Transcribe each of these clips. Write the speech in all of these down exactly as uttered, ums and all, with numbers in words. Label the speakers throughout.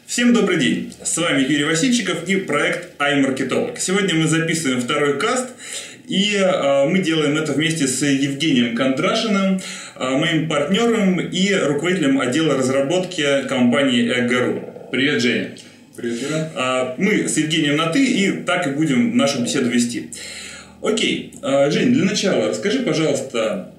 Speaker 1: Всем добрый день! С вами Юрий Васильчиков и проект iMarketolog. Сегодня мы записываем второй каст, и э, мы делаем это вместе с Евгением Кондрашиным, э, моим партнером и руководителем отдела разработки компании ЭГРУ. Привет, Женя!
Speaker 2: Привет, Юра!
Speaker 1: Э, мы с Евгением на «ты» и так и будем нашу беседу вести. Окей, э, Жень, для начала расскажи, пожалуйста,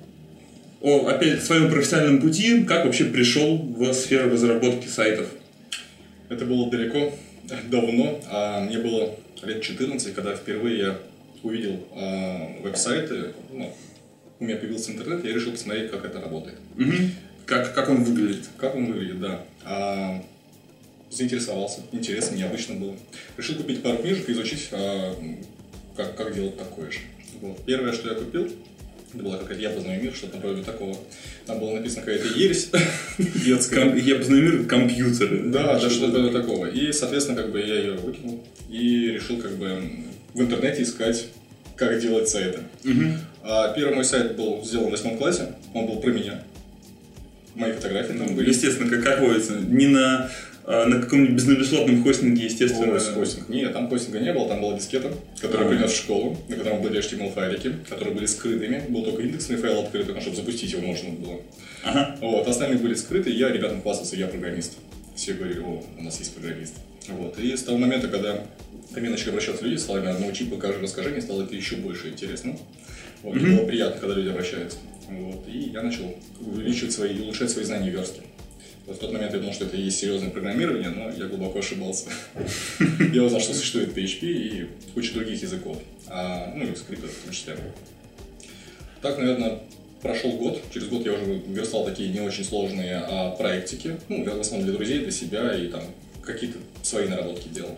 Speaker 1: о опять своем профессиональном пути, как вообще пришел в сферу разработки сайтов.
Speaker 2: Это было далеко, давно, а мне было лет четырнадцать, когда впервые я увидел а, веб-сайты, ну, у меня появился интернет, я решил посмотреть, как это работает.
Speaker 1: Угу. Как, как он выглядит?
Speaker 2: Как он выглядит, да. А, заинтересовался, интересно, необычно было. Решил купить пару книжек и изучить, а, как, как делать такое же. Вот. Первое, что я купил, это была какая-то «Я познаю мир», что-то вроде такого. Там было написано какая-то ересь детская.
Speaker 1: «Я познаю мир» — компьютеры.
Speaker 2: Да, да, что-то такого. И, соответственно, как бы я ее выкинул и решил как бы в интернете искать, как делать сайты.
Speaker 1: Угу.
Speaker 2: А первый мой сайт был сделан в восьмом классе, он был про меня. Мои фотографии там были.
Speaker 1: Естественно, как, как водится, не на, на каком-нибудь безбесплатном хостинге, естественно.
Speaker 2: Ой, хостинг. Нет, там хостинга не было, там была дискета, которую я принес в школу, на котором были эйч ти эм эл-файлики, которые были скрытыми. Был только индексный файл открытый, но чтобы запустить его можно было.
Speaker 1: Ага.
Speaker 2: Вот, остальные были скрыты, я ребятам хвастался, я программист. Все говорили: о, у нас есть программист. Вот. И с того момента, когда ко мне начали обращаться люди, словами научи, покажи, расскажи, мне стало это еще больше интересно. Вот. Mm-hmm. Мне было приятно, когда люди обращаются. Вот. И я начал увеличивать свои, улучшать свои знания верстки. Вот в тот момент я думал, что это и есть серьезное программирование, но я глубоко ошибался. Я узнал, что существует пи эйч пи и куча других языков, ну и скриптов в том числе. Так, наверное, прошел год. Через год я уже верстал такие не очень сложные проектики, ну, в основном для друзей, для себя, и там какие-то свои наработки делал.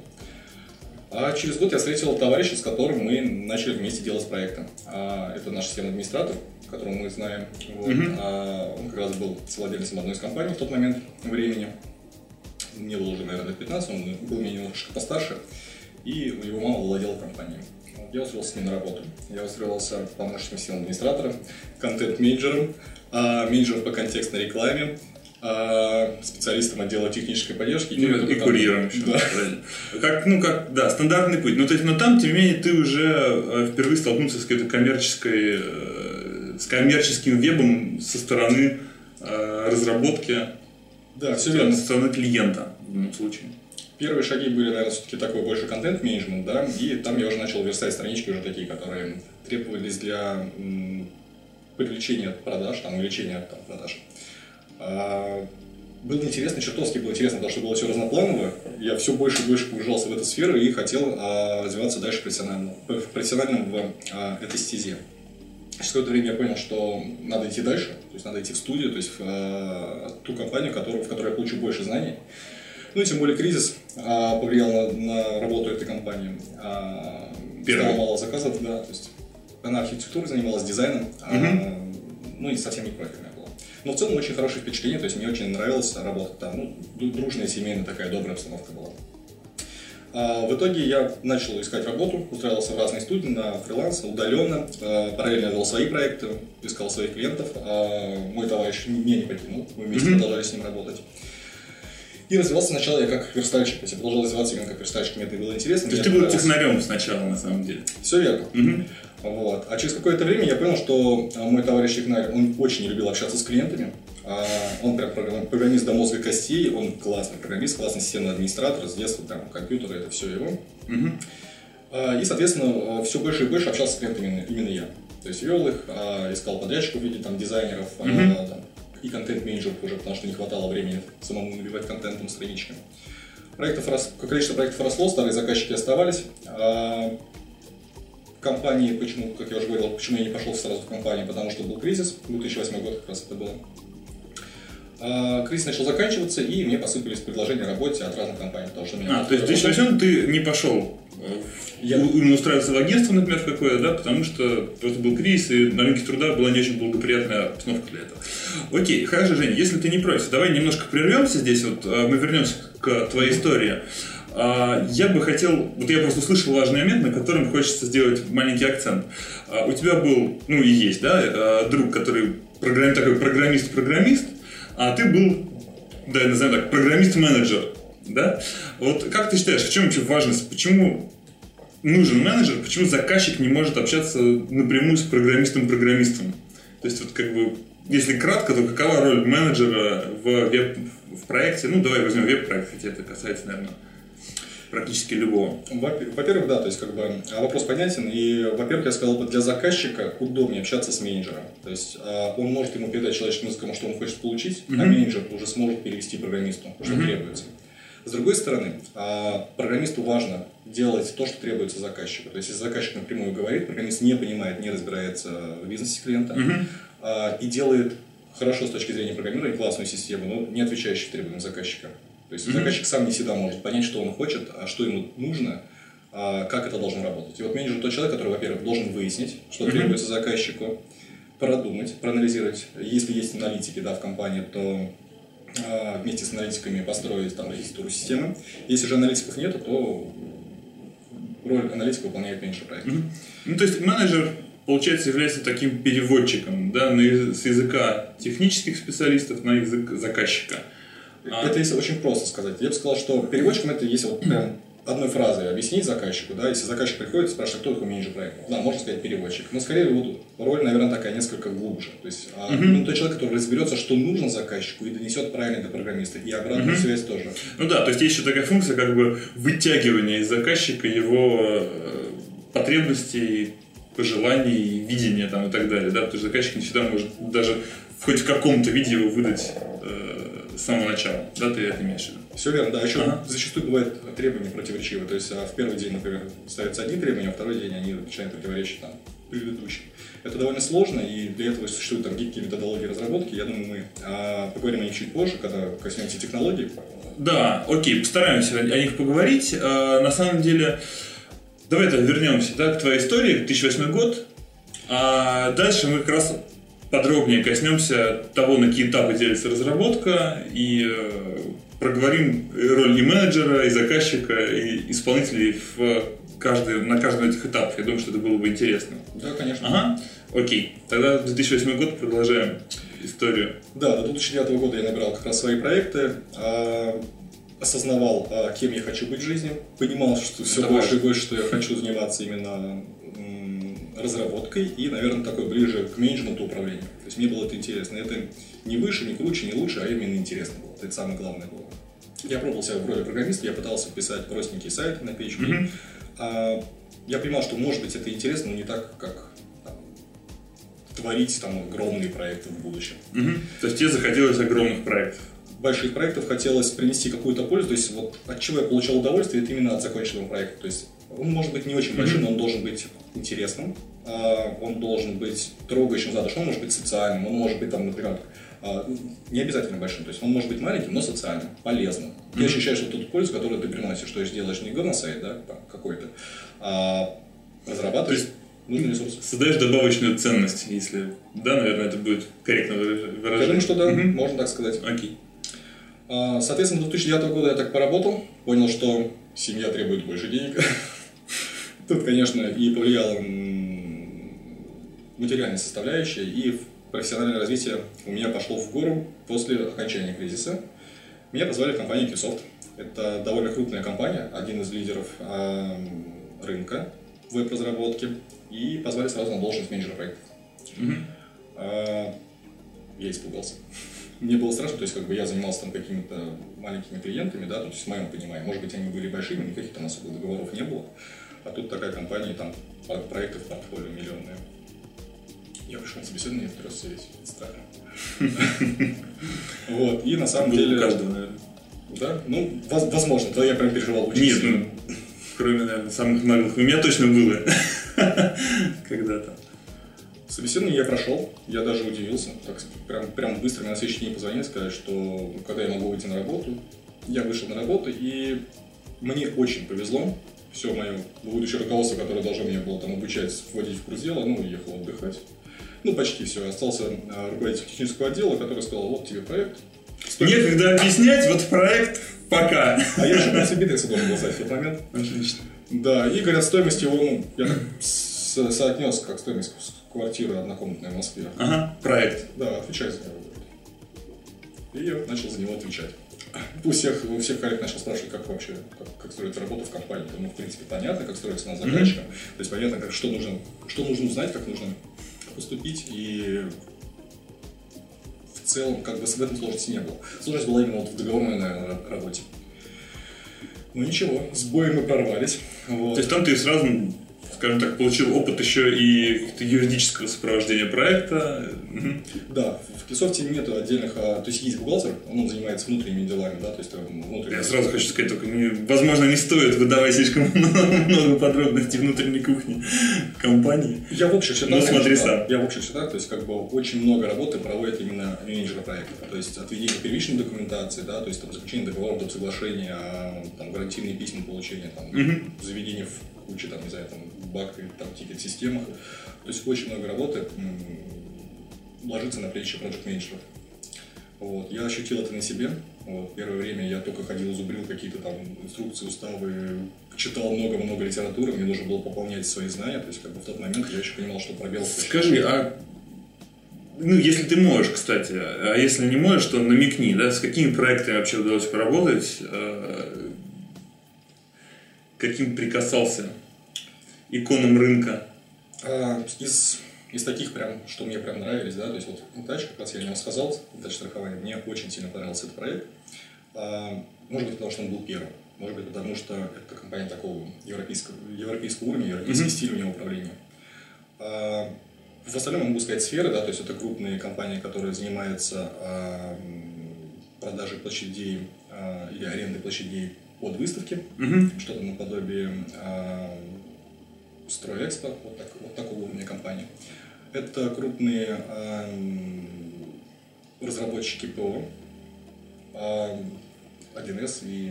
Speaker 2: А через год я встретил товарища, с которым мы начали вместе делать проекты. Это наш системный администратор, которого мы знаем. Вот. Mm-hmm. А он как раз был совладельцем одной из компаний в тот момент времени. Мне было уже, наверное, пятнадцать, он был меня немножко постарше. И его мама владела компанией. Вот. Я устроился с ним на работу. Я устроился помощником системного администратора, контент-менеджером, а, менеджером по контекстной рекламе, а, специалистом отдела технической поддержки.
Speaker 1: И, и курьером еще. Да. Как, ну, как, да, стандартный путь. Ну, то есть, но там, тем не менее, ты уже впервые столкнулся с какой-то коммерческой, с коммерческим вебом со стороны э, разработки,
Speaker 2: да, все
Speaker 1: со,
Speaker 2: верно.
Speaker 1: со стороны клиента в данном случае.
Speaker 2: Первые шаги были, наверное, все-таки такой больше контент-менеджмент, да, и там я уже начал верстать странички уже такие, которые требовались для м, привлечения продаж, там, увеличения там, продаж. А, было интересно, чертовски было интересно, потому что было все разнопланово. Я все больше и больше погружался в эту сферу и хотел а, развиваться дальше профессионально, профессионально в а, этой стезе. Через какое-то время я понял, что надо идти дальше, то есть надо идти в студию, то есть в э, ту компанию, которую, в которой я получу больше знаний. Ну и тем более кризис э, повлиял на, на работу этой компании. Э, стало мало заказов, да, то есть она архитектурой занималась, дизайном, э, uh-huh. ну и совсем не профильная была. Но в целом очень хорошее впечатление, то есть мне очень нравилось работать там, ну, дружная, семейная, такая добрая обстановка была. В итоге я начал искать работу, устраивался в разные студии на фриланс, удаленно, параллельно делал свои проекты, искал своих клиентов. Мой товарищ меня не покинул, мы вместе mm-hmm. продолжали с ним работать. И развивался сначала я как верстальщик, то есть я продолжал развиваться именно как верстальщик, мне это было интересно.
Speaker 1: То есть ты был технарем сначала, на самом деле?
Speaker 2: Все верно.
Speaker 1: Mm-hmm.
Speaker 2: Вот. А через какое-то время я понял, что мой товарищ технарь, он очень не любил общаться с клиентами. Он прям программист до мозга костей, он классный программист, классный системный администратор, с детства прям компьютер, это все его. Mm-hmm. И, соответственно, все больше и больше общался с клиентами именно я. То есть вел их, искал подрядчиков в виде там, дизайнеров, mm-hmm. там, и контент-менеджеров уже, потому что не хватало времени самому набивать контентом странички. Проектов рос... Количество проектов росло, старые заказчики оставались. Компании, почему, как я уже говорил, почему я не пошел сразу в компанию, потому что был кризис, две тысячи восьмой год как раз это было. А, кризис начал заканчиваться, и мне посыпались предложения о работе от разных компаний. Потому что меня
Speaker 1: а, то есть в две тысячи восьмом ты не пошел я... именно устраиваться в агентство, например, в какое, да, потому что просто был кризис, и на рынке труда была не очень благоприятная обстановка для этого. Окей, хорошо, Женя, если ты не против, давай немножко прервемся здесь, вот мы вернемся к твоей истории. Я бы хотел, вот я просто услышал важный момент, на котором хочется сделать маленький акцент. У тебя был, ну и есть, да, друг, который программ, такой программист-программист, а ты был, да, назовем так, программист-менеджер. Да? Вот как ты считаешь, в чем вообще важность? Почему нужен менеджер? Почему заказчик не может общаться напрямую с программистом-программистом? То есть, вот как бы, если кратко, то какова роль менеджера в, веб, в проекте? Ну, давай возьмем веб-проект, хотя это касается, наверное, практически любого.
Speaker 2: Во-первых, да, то есть как бы вопрос понятен. И, во-первых, я сказал бы, для заказчика удобнее общаться с менеджером. То есть он может ему передать человеческим языком, что он хочет получить, mm-hmm. а менеджер уже сможет перевести программисту, что mm-hmm. требуется. С другой стороны, программисту важно делать то, что требуется заказчику. То есть, если заказчик напрямую говорит, программист не понимает, не разбирается в бизнесе клиента mm-hmm. и делает хорошо с точки зрения программирования классную систему, но не отвечающую требованиям заказчика. То есть, mm-hmm. заказчик сам не всегда может понять, что он хочет, а что ему нужно, как это должно работать. И вот менеджер тот человек, который, во-первых, должен выяснить, что mm-hmm. требуется заказчику, продумать, проанализировать. Если есть аналитики, да, в компании, то вместе с аналитиками построить там архитектуру системы. Если же аналитиков нету, то роль аналитика выполняет менеджер проекта. Mm-hmm. Ну, то есть менеджер, получается, является таким переводчиком, да, на, с языка технических специалистов на язык заказчика. Это если очень просто сказать. Я бы сказал, что переводчиком это если вот прям одной фразой объяснить заказчику, да, если заказчик приходит и спрашивает, кто такой менеджер проекта, да, можно сказать переводчик, но скорее вот роль, наверное, такая несколько глубже. То есть uh-huh. ну, тот человек, который разберется, что нужно заказчику и донесет правильно до программиста, и обратную uh-huh. связь тоже.
Speaker 1: Ну да, то есть есть еще такая функция, как бы вытягивания из заказчика его потребностей, пожеланий, видения там, и так далее, да, потому что заказчик не всегда может даже хоть в каком-то виде его выдать э, с самого начала, да, ты это имеешь в виду?
Speaker 2: Все верно, да. Еще ага. зачастую бывают требования противоречивые. То есть а в первый день, например, ставятся одни требования, а в второй день они начинают противоречить там, предыдущим. Это довольно сложно, и для этого существуют там гибкие методологии разработки. Я думаю, мы а, поговорим о них чуть позже, когда коснемся технологий.
Speaker 1: Да, окей, постараемся о них поговорить. А, на самом деле, давай тогда вернемся да, к твоей истории, две тысячи восьмой год. А дальше мы как раз подробнее коснемся того, на какие этапы делится разработка, и э, проговорим роль и менеджера, и заказчика, и исполнителей в каждый, на каждом из этих этапов. Я думаю, что это было бы интересно.
Speaker 2: Да, конечно.
Speaker 1: Ага, окей. Тогда две тысячи восьмой год, продолжаем историю.
Speaker 2: Да, до две тысячи девятого года я набирал как раз свои проекты, а, осознавал, а, кем я хочу быть в жизни, понимал, что все это больше важно. И больше, что я хочу заниматься именно разработкой и, наверное, такой ближе к менеджменту управлению. То есть мне было это интересно. Это не выше, не круче, не лучше, а именно интересно было. Это самое главное было. Я пробовал себя в роли программиста, я пытался писать простенькие сайты на пи эйч пи. Mm-hmm. А, я понимал, что, может быть, это интересно, но не так, как там, творить там, огромные проекты в будущем.
Speaker 1: Mm-hmm. То есть тебе захотелось огромных проектов?
Speaker 2: Больших проектов хотелось принести какую-то пользу. То есть вот от чего я получал удовольствие, это именно от законченного проекта. То есть он может быть не очень большим, mm-hmm. но он должен быть интересным, он должен быть трогающим за душу, он может быть социальным, он может быть, там, например, не обязательно большим, то есть он может быть маленьким, но социальным, полезным. Mm-hmm. Ты ощущаешь вот ту пользу, которую ты приносишь, то есть делаешь не говносайт, да, какой-то, а разрабатываешь нужный ресурс.
Speaker 1: Создаешь добавочную ценность, если, да, наверное, это будет корректно выражение.
Speaker 2: Я думаю, что да, mm-hmm. можно так сказать.
Speaker 1: Окей.
Speaker 2: Okay. Соответственно, до две тысячи девятого года я так поработал, понял, что семья требует больше денег. Тут, конечно, и повлияла материальная составляющая, и профессиональное развитие у меня пошло в гору после окончания кризиса. Меня позвали в компанию Qsoft. Это довольно крупная компания, один из лидеров э, рынка веб-разработки, и позвали сразу на должность менеджера проектов. Mm-hmm. Э, я испугался. Мне было страшно, то есть как бы я занимался там какими-то маленькими клиентами, да, то есть в моем понимании, может быть, они были большими, никаких там особых договоров не было. А тут такая компания, там, проектов в портфолио миллионные. Я пришел на собеседование и трясся весь, это странно. Вот, и на самом деле...
Speaker 1: у каждого, наверное.
Speaker 2: Да? Ну, возможно, тогда я прям переживал очень
Speaker 1: Нет, ну, кроме, наверное, самых наглых. У меня точно было. Когда-то.
Speaker 2: Собеседование я прошел, я даже удивился. Так, прям, прям быстро мне на следующий день позвонили, сказали, что когда я могу выйти на работу. Я вышел на работу, и мне очень повезло. Все мое будущее руководство, которое должно меня было там обучать, вводить в курс дела, ну, уехал отдыхать. Ну, почти все. Остался а, руководитель технического отдела, который сказал, вот тебе проект.
Speaker 1: Стоимость... Некогда объяснять, вот проект, пока.
Speaker 2: А я еще на Битрикса должен был стать в тот момент.
Speaker 1: Отлично.
Speaker 2: Да, и говорят, стоимость его, ну, я так со- соотнес, как стоимость квартиры однокомнатной в Москве.
Speaker 1: Ага, проект.
Speaker 2: Да, отвечай за него. И я начал за него отвечать. У всех, у всех коллег начал спрашивать, как вообще, как, как строится работа в компании. Ну, в принципе, понятно, как строится над заказчиком. Mm-hmm. То есть понятно, как, что, нужно, что нужно узнать, как нужно поступить. И в целом, как бы, в этом сложности не было. Сложность была именно вот в договорной, наверное, работе. Ну ничего, с боем мы прорвались. Вот.
Speaker 1: То есть там ты сразу, скажем так, получил опыт еще и юридического сопровождения проекта.
Speaker 2: Да, в Кисофте нет отдельных, то есть есть бухгалтер, он занимается внутренними делами, да, то есть внутренними.
Speaker 1: Я сразу хочу сказать, только не, возможно, не стоит выдавать слишком много подробностей внутренней кухни компании.
Speaker 2: Я в общих чертах,
Speaker 1: ну, смотри сам.
Speaker 2: Да, я в общих чертах, то есть как бы очень много работы проводит именно менеджеры проекта, то есть от ведения первичной документации, да, то есть там заключение договоров, доп. Соглашения, там гарантийные письма получения, там угу. заведение в куче, там, не знаю, там баг, там тикет-системах, то есть очень много работы ложится на плечи проект-менеджеров. Вот. Я ощутил это на себе. Вот. Первое время я только ходил, зубрил какие-то там инструкции, уставы, читал много-много литературы, мне нужно было пополнять свои знания, то есть как бы в тот момент я еще понимал, что пробел.
Speaker 1: Скажи, а ну, если ты можешь, кстати, а если не можешь, то намекни, да, с какими проектами вообще удалось поработать, э, каким прикасался иконам рынка?
Speaker 2: А, из Из таких прям, что мне прям нравились, да, то есть вот Интач, как раз я о нем сказал, Интач страхование, мне очень сильно понравился этот проект. А, может быть, потому что он был первым, может быть, потому что это компания такого европейского, европейского уровня, европейский mm-hmm. стиль у него управления. А, в остальном я могу сказать сферы, да, то есть это крупные компании, которые занимаются а, продажей площадей а, или арендой площадей под выставки, mm-hmm. что-то наподобие а, Стройэкспо, вот, так, вот такого уровня компании. Это крупные э, разработчики ПО, э, один эс и...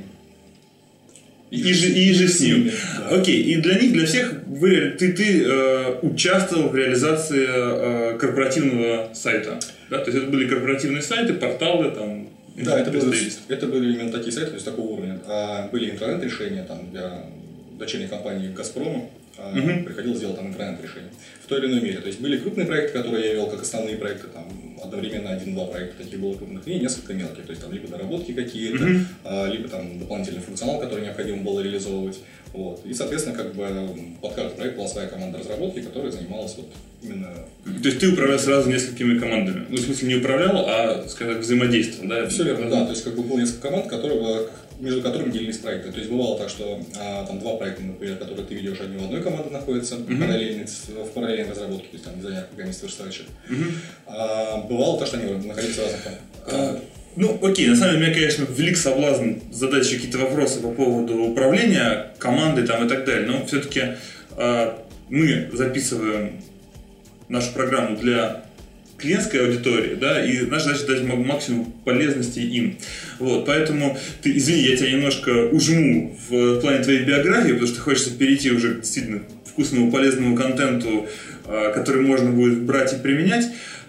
Speaker 1: И, и, же, и же с ним. Да. Окей, и для них, для всех, вы, ты, ты э, участвовал в реализации э, корпоративного сайта. Да? То есть это были корпоративные сайты, порталы, там...
Speaker 2: Да, это были, это были именно такие сайты, то есть такого уровня. А были интернет-решения там, для дочерней компании «Газпрома». Uh-huh. Приходилось делать там интернет-решения в той или иной мере. То есть были крупные проекты, которые я вел как основные проекты, там одновременно один-два проекта таких было крупных, и несколько мелких. То есть там либо доработки какие-то, uh-huh. либо там дополнительный функционал, который необходимо было реализовывать. Вот. И, соответственно, как бы под каждый проект была своя команда разработки, которая занималась вот именно...
Speaker 1: То есть ты управлял сразу несколькими командами? Ну, в смысле, не управлял, а, скажем, взаимодействовал, да?
Speaker 2: Все верно, да. То есть как бы было несколько команд, которые... между которыми делились проекты. То есть бывало так, что а, там два проекта, например, которые ты ведешь, они в одной команде находятся, uh-huh. параллельно, в параллельной разработке, то есть там дизайнер, программист, верстальщик. Uh-huh. А, бывало так, что они находились в разных командах.
Speaker 1: Uh, ну, окей, на самом деле, меня, конечно, велик соблазн задать еще какие-то вопросы по поводу управления командой там, и так далее, но все-таки uh, мы записываем нашу программу для клиентской аудитории, да, и наша задача дать максимум полезности им. Вот, поэтому ты, извини, я тебя немножко ужму в плане твоей биографии, потому что хочется перейти уже к действительно вкусному, полезному контенту, который можно будет брать и применять.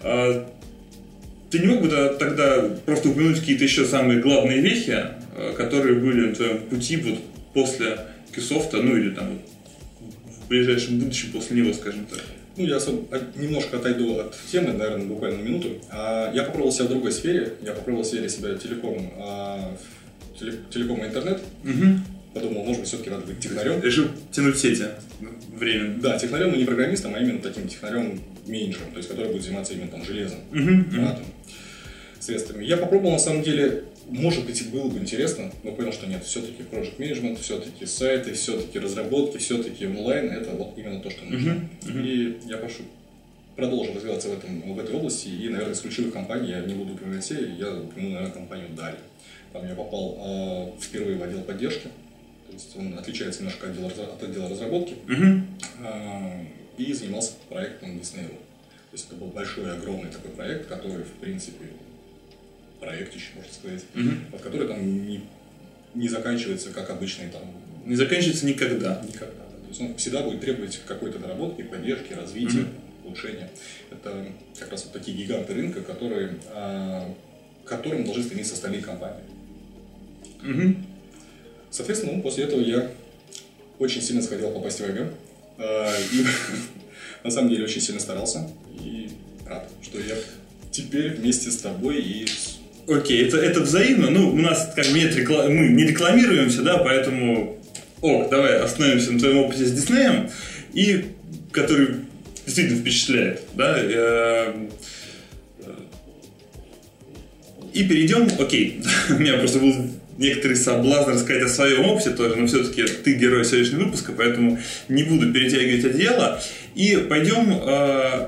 Speaker 1: Ты не мог бы тогда просто упомянуть какие-то еще самые главные вехи, которые были на твоем пути вот после Кисофта, ну или там в ближайшем будущем после него, скажем так?
Speaker 2: Ну, я немножко отойду от темы, наверное, буквально на минуту. Я попробовал себя в другой сфере. Я попробовал в сфере себя телеком, телеком и интернет. Угу. Подумал, может быть, все-таки надо быть технарем.
Speaker 1: Решил тянуть сети время.
Speaker 2: Да, технарем, но не программистом, а именно таким технарем-менеджером, то есть который будет заниматься именно там железом, угу. атом, средствами. Я попробовал, на самом деле, может быть, было бы интересно, но понял, что нет, все-таки project management, все-таки сайты, все-таки разработки, все-таки онлайн, это вот именно то, что нужно. Uh-huh. Uh-huh. И я прошу, продолжил развиваться в, этом, в этой области, и, наверное, из ключевых компаний, я не буду упоминать все, я упомяну, наверное, компанию Дали. Там я попал э, впервые в отдел поддержки, то есть он отличается немножко от отдела, от отдела разработки, uh-huh. э, и занимался проектом Disney. То есть это был большой, огромный такой проект, который, в принципе, проектище, можно сказать, uh-huh. вот, который там не, не заканчивается, как обычный там.
Speaker 1: Не заканчивается никогда.
Speaker 2: Никогда, да. То есть он всегда будет требовать какой-то доработки, поддержки, развития, uh-huh. улучшения. Это как раз вот такие гиганты рынка, которые, а, к которым должны стремиться остальные компании. Uh-huh. Соответственно, ну, после этого я очень сильно сходил попасть в ЭГЭ. А, и на самом деле очень сильно старался. И рад, что я теперь вместе с тобой и с
Speaker 1: Окей, это, это взаимно. Ну, у нас как бы нет рекла... мы не рекламируемся, да, поэтому ок, давай остановимся на твоем опыте с Диснеем, и который действительно впечатляет, да. И перейдем, окей, у меня просто был некоторый соблазн рассказать о своем опыте тоже, но все-таки ты герой сегодняшнего выпуска, поэтому не буду перетягивать одеяло. И пойдем э,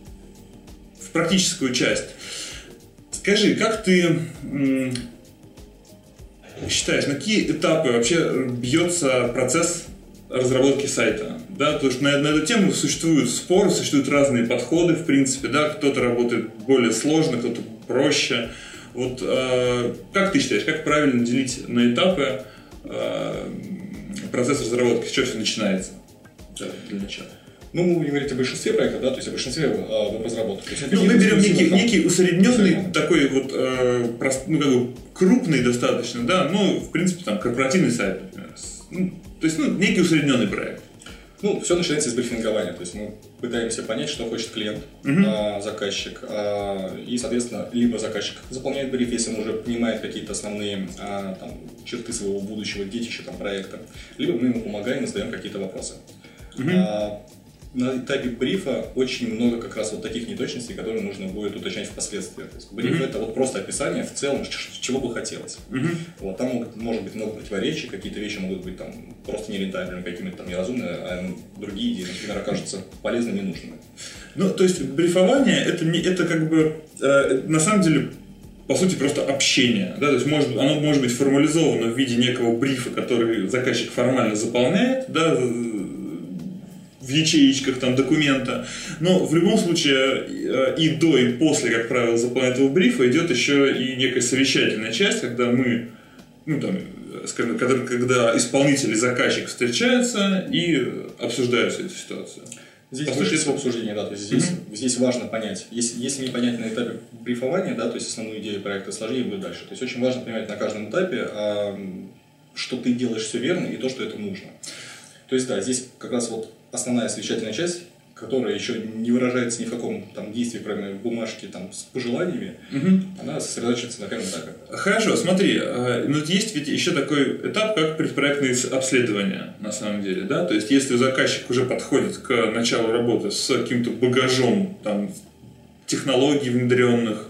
Speaker 1: в практическую часть. Скажи, как ты м, считаешь, на какие этапы вообще бьется процесс разработки сайта? Да, потому что на, на эту тему существуют споры, существуют разные подходы, в принципе, да, кто-то работает более сложно, кто-то проще. Вот э, как ты считаешь, как правильно делить на этапы э, процесс разработки, с чего все начинается? Да, для начала.
Speaker 2: Ну, мы будем говорить о большинстве проектов, да, то есть о большинстве э, веб-разработок.
Speaker 1: Ну, мы берем некий, некий усредненный, такой вот, э, прост, ну, как бы крупный достаточно, да, ну, в принципе, там, корпоративный сайт, например. Ну, то есть, ну, некий усредненный проект.
Speaker 2: Ну, все начинается с брифингования, то есть мы пытаемся понять, что хочет клиент,
Speaker 1: uh-huh.
Speaker 2: а, заказчик, а, и, соответственно, либо заказчик заполняет бриф, если он уже понимает какие-то основные а, там, черты своего будущего детища, там, проекта, либо мы ему помогаем и задаем какие-то вопросы.
Speaker 1: Uh-huh.
Speaker 2: А, на этапе брифа очень много как раз вот таких неточностей, которые нужно будет уточнять впоследствии. То есть бриф uh-huh. это вот просто описание в целом, чего бы хотелось.
Speaker 1: Uh-huh.
Speaker 2: Вот, там могут, может быть много противоречий, какие-то вещи могут быть там просто нерентабельными, какими-то там неразумными, а другие идеи, например, окажутся полезными и нужными.
Speaker 1: Ну, то есть брифование это, не, это как бы э, на самом деле по сути просто общение, да, то есть может, оно может быть формализовано в виде некого брифа, который заказчик формально заполняет, да, в ячеечках там документа, но в любом случае и до, и после, как правило, заполнения этого брифа идет еще и некая совещательная часть, когда мы, ну там, скажем, когда, когда исполнитель и заказчик встречаются и обсуждают всю эту ситуацию.
Speaker 2: Здесь большинство обсуждения, да, то есть здесь, mm-hmm. здесь важно понять, если, если не понять на этапе брифования, да, то есть основную идею проекта, сложнее будет дальше. То есть очень важно понимать на каждом этапе, а, что ты делаешь все верно и то, что это нужно. То есть да, здесь как раз вот основная совещательная часть, которая еще не выражается ни в каком там действии, кроме бумажки там, с пожеланиями, угу. она сосредоточится на первом этапе.
Speaker 1: Хорошо, смотри, но есть ведь еще такой этап, как предпроектные обследования, на самом деле, да, то есть если заказчик уже подходит к началу работы с каким-то багажом там, технологий внедренных,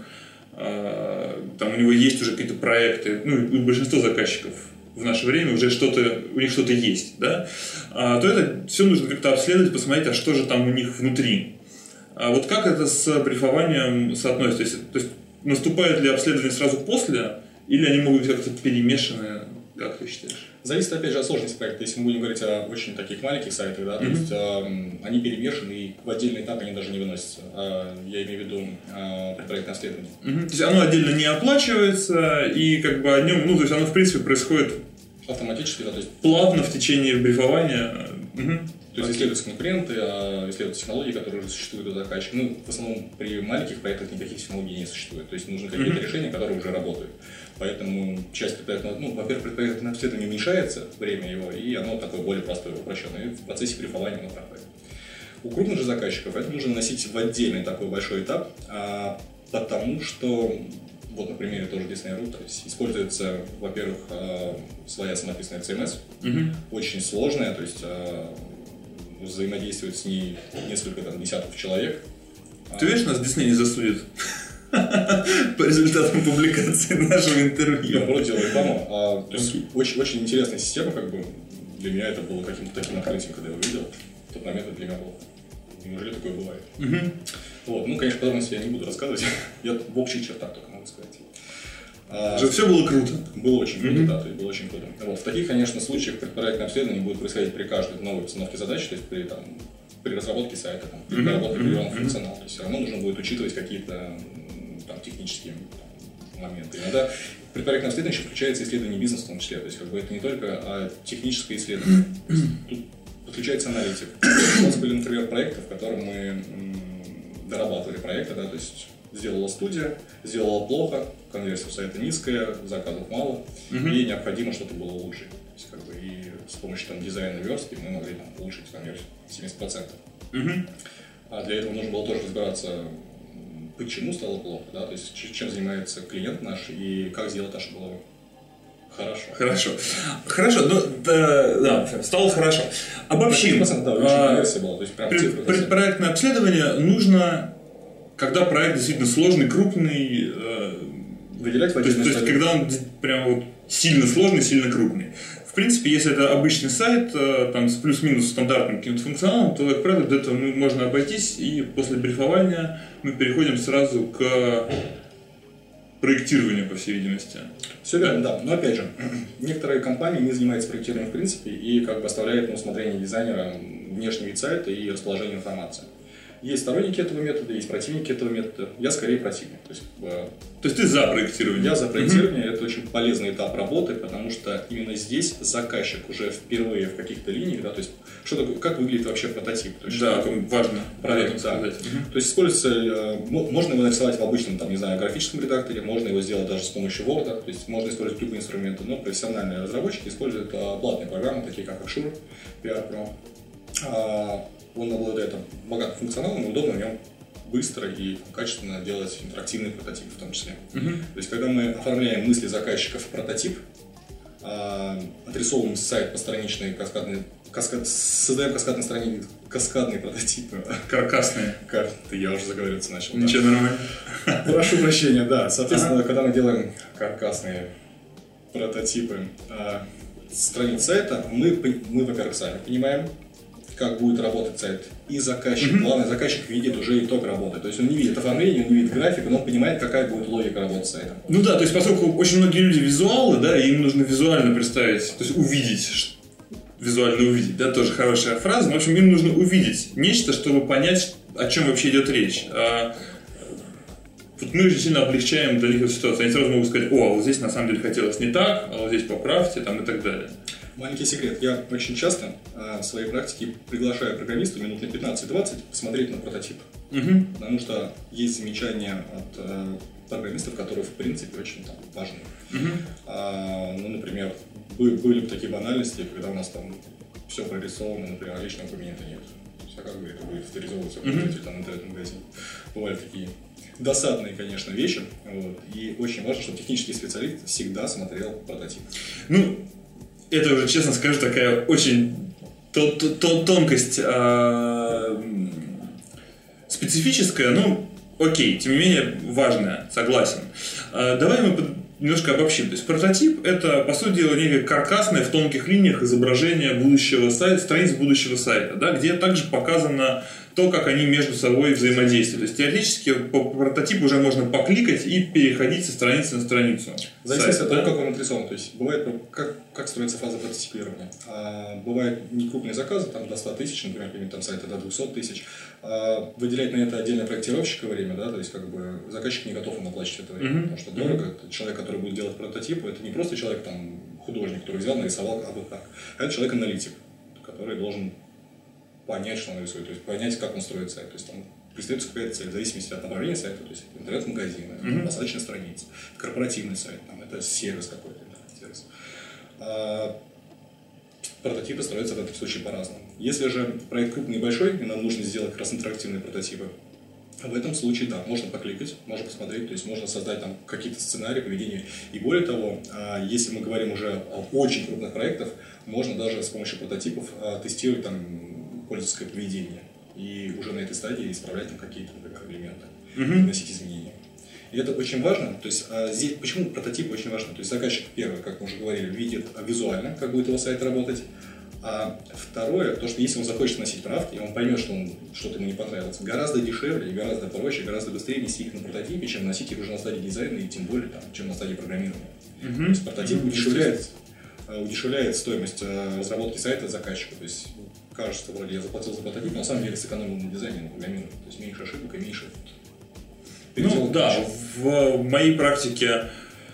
Speaker 1: там у него есть уже какие-то проекты, ну, у большинства заказчиков в наше время уже что-то, у них что-то есть, да, а, то это все нужно как-то обследовать, посмотреть, а что же там у них внутри. А вот как это с брифованием соотносится? То есть, то есть наступает ли обследование сразу после, или они могут быть как-то перемешаны, как ты считаешь?
Speaker 2: Зависит, опять же, от сложности проекта. Если мы будем говорить о очень таких маленьких сайтах, да, mm-hmm. то есть э, они перемешаны и в отдельный этап они даже не выносятся. Э, я имею в виду э, предпроектное обследование.
Speaker 1: Mm-hmm. То есть оно отдельно не оплачивается, и как бы о нем, ну, то есть оно в принципе происходит
Speaker 2: автоматически, да, то есть
Speaker 1: плавно в течение брифования. Mm-hmm.
Speaker 2: То есть исследуются конкуренты, исследуются технологии, которые уже существуют у заказчика. Ну, в основном при маленьких проектах никаких технологий не существует. То есть нужны какие-то mm-hmm. решения, которые уже работают. Поэтому часть предпроектного, ну, во-первых, предпроектное обследование уменьшается, время его, и оно такое более простое, упрощенное. И в процессе брифования оно проходит. У крупных же заказчиков это нужно носить в отдельный такой большой этап, а, потому что, вот на примере тоже Disney.ru, то есть используется, во-первых, а, своя самописная си эм эс, mm-hmm. очень сложная, то есть а, взаимодействует с ней несколько там, десятков человек.
Speaker 1: Ты видишь, нас Disney не засудит? По результатам публикации нашего интервью.
Speaker 2: Я просто делаю рекламу. А, то есть okay. очень, очень интересная система, как бы для меня это было каким-то таким открытием, когда я увидел. В тот момент это для меня было. Неужели такое бывает? Uh-huh. Вот. Ну, конечно, подробности я не буду рассказывать. Я в общих чертах только могу сказать.
Speaker 1: А, Же все было круто.
Speaker 2: Было очень круто, uh-huh. да, то есть было очень круто. Вот. В таких, конечно, случаях предпроектное обследование будет происходить при каждой новой постановке задач, то есть при, там, при разработке сайта, там, при разработке определенного uh-huh. функционала. То есть все равно нужно будет учитывать какие-то там, технические там, моменты. Иногда предпроектное обследование еще включается исследование бизнеса в том числе. То есть как бы это не только а техническое исследование. Тут подключается аналитик. У нас были, например, проекты, в котором мы м, дорабатывали проекты, да, то есть сделала студия, сделала плохо, конверсия сайта низкая, заказов мало, mm-hmm. и необходимо что-то было улучшить. То есть, как бы, и с помощью там, дизайна верстки мы могли там, улучшить конверсию семьдесят процентов. Mm-hmm. А для этого нужно было тоже разбираться, почему стало плохо, да, то есть чем занимается клиент наш и как сделать так, чтобы было хорошо.
Speaker 1: Хорошо. Хорошо, ну, да, да, стало хорошо. Обобщим.
Speaker 2: Да, а, версия была, то есть прям
Speaker 1: пред, предпроектное обследование нужно, когда проект действительно сложный, крупный, э,
Speaker 2: выделять в
Speaker 1: то есть, то есть когда он прям вот сильно сложный, сильно крупный. В принципе, если это обычный сайт, там, с плюс-минус стандартным каким-то функционалом, то, как правило, до этого можно обойтись, и после брифования мы переходим сразу к проектированию, по всей видимости.
Speaker 2: Все верно, да. Но опять же, некоторые компании не занимаются проектированием в принципе и как бы оставляют на усмотрение дизайнера внешний вид сайта и расположение информации. Есть сторонники этого метода, есть противники этого метода. Я скорее противник. То есть, э,
Speaker 1: То есть ты за проектирование?
Speaker 2: Я за проектирование. Mm-hmm. Это очень полезный этап работы, потому что именно здесь заказчик уже впервые в каких-то линиях, да, то есть что такое, как выглядит вообще прототип. То есть,
Speaker 1: да,
Speaker 2: что
Speaker 1: важно
Speaker 2: про это сказать. Mm-hmm. То есть используется, э, можно его нарисовать в обычном, там, не знаю, графическом редакторе, можно его сделать даже с помощью Word, то есть можно использовать любые инструменты, но профессиональные разработчики используют э, платные программы, такие как Axure, пи ар про. А, он обладает богатым функционалом и удобно в нем быстро и качественно делать интерактивные прототипы в том числе. Uh-huh. То есть, когда мы оформляем мысли заказчиков в прототип, э, отрисовываем сайт постраничный, каскадный, каскад, создаем каскадные страницы, каскадные прототипы.
Speaker 1: Каркасные.
Speaker 2: Кар... Я уже заговариваться начал.
Speaker 1: Ничего, да. Нормально.
Speaker 2: Прошу прощения, да. Соответственно, uh-huh. когда мы делаем каркасные прототипы э, страниц сайта, мы, мы, во-первых, сами понимаем, как будет работать сайт. И заказчик, mm-hmm. главный заказчик видит уже итог работы. То есть он не видит оформление, он не видит графику, но он понимает, какая будет логика работы сайта.
Speaker 1: Ну да, то есть поскольку очень многие люди визуалы, да, им нужно визуально представить, то есть увидеть, визуально увидеть, да, тоже хорошая фраза, но в общем им нужно увидеть нечто, чтобы понять, о чем вообще идет речь. А вот мы очень сильно облегчаем для них эту ситуацию. Они сразу могут сказать: о, а вот здесь на самом деле хотелось не так, а вот здесь поправьте, там, и так далее.
Speaker 2: Маленький секрет. Я очень часто э, в своей практике приглашаю программистов минут на пятнадцать-двадцать посмотреть на прототип. Угу. Потому что есть замечания от э, программистов, которые в принципе очень там, важны. Угу. А, ну, например, были, были такие банальности, когда у нас там все прорисовано, например, личного кабинета нет. То есть, а как бы это будет авторизовываться в mm-hmm. там, интернет-магазине. Бывают такие досадные, конечно, вещи. Вот, и очень важно, чтобы технический специалист всегда смотрел прототип.
Speaker 1: Ну, это уже, честно скажу, такая очень тонкость э, специфическая, но окей, тем не менее важная, согласен. Э, давай мы немножко обобщим. То есть прототип — это, по сути дела, некое каркасное в тонких линиях изображение будущего сайта, страниц будущего сайта, да, где также показано то, как они между собой взаимодействуют. То есть теоретически по прототипу уже можно покликать и переходить со страницы на страницу.
Speaker 2: Зависит от того, да? Как он отрисован. То есть бывает, как, как строится фаза прототипирования. А, бывают некрупные заказы, там до ста тысяч, например, там сайты до двухсот тысяч. А, выделять на это отдельное проектировщика время, да, то есть как бы заказчик не готов оплачивать это время, mm-hmm. потому что дорого. Mm-hmm. Человек, который будет делать прототипы, это не просто человек, там, художник, который взял, нарисовал, а вот так. А это человек-аналитик, который должен понять, что он рисует, то есть понять, как он строит сайт. То есть там представляется какая-то цель, в зависимости от направления сайта, то есть интернет-магазин, mm-hmm. посадочная страница, корпоративный сайт, там, это сервис какой-то, интернет-сервис. А, прототипы строятся в этом случае по-разному. Если же проект крупный и большой, и нам нужно сделать как раз интерактивные прототипы, в этом случае, да, можно покликать, можно посмотреть, то есть можно создать там какие-то сценарии поведения. И более того, если мы говорим уже о очень крупных проектах, можно даже с помощью прототипов тестировать там пользовательское поведение и уже на этой стадии исправлять там какие-то, например, элементы, mm-hmm. вносить изменения. И это очень важно. То есть здесь почему прототип очень важен? То есть заказчик, первый, как мы уже говорили, видит визуально, как будет его сайт работать. А второе, то, что если он захочет носить правки, и он поймет, что он, что-то ему не понравилось, гораздо дешевле, и гораздо проще, гораздо быстрее нести их на прототипе, чем носить их уже на стадии дизайна, и тем более, там, чем на стадии программирования. Mm-hmm. То есть прототип mm-hmm. удешевляет, удешевляет стоимость разработки сайта заказчика. То есть кажется, вроде я заплатил за прототип, но на самом деле сэкономил на дизайне, на программировании. То есть меньше ошибок и меньше...
Speaker 1: Ну да, в моей практике,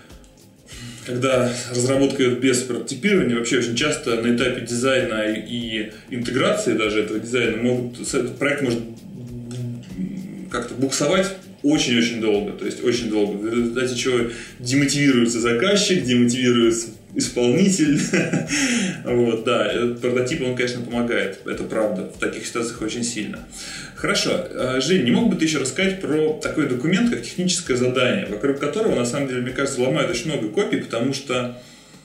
Speaker 1: когда разработка идет без прототипирования, вообще очень часто на этапе дизайна и интеграции даже этого дизайна могут, проект может как-то буксовать очень-очень долго, то есть очень долго, в результате чего демотивируется заказчик, демотивируется исполнитель. Вот, да, этот прототип, он, конечно, помогает, это правда, в таких ситуациях очень сильно. Хорошо, Жень, не мог бы ты еще рассказать про такой документ, как техническое задание, вокруг которого, на самом деле, мне кажется, ломают очень много копий, потому что,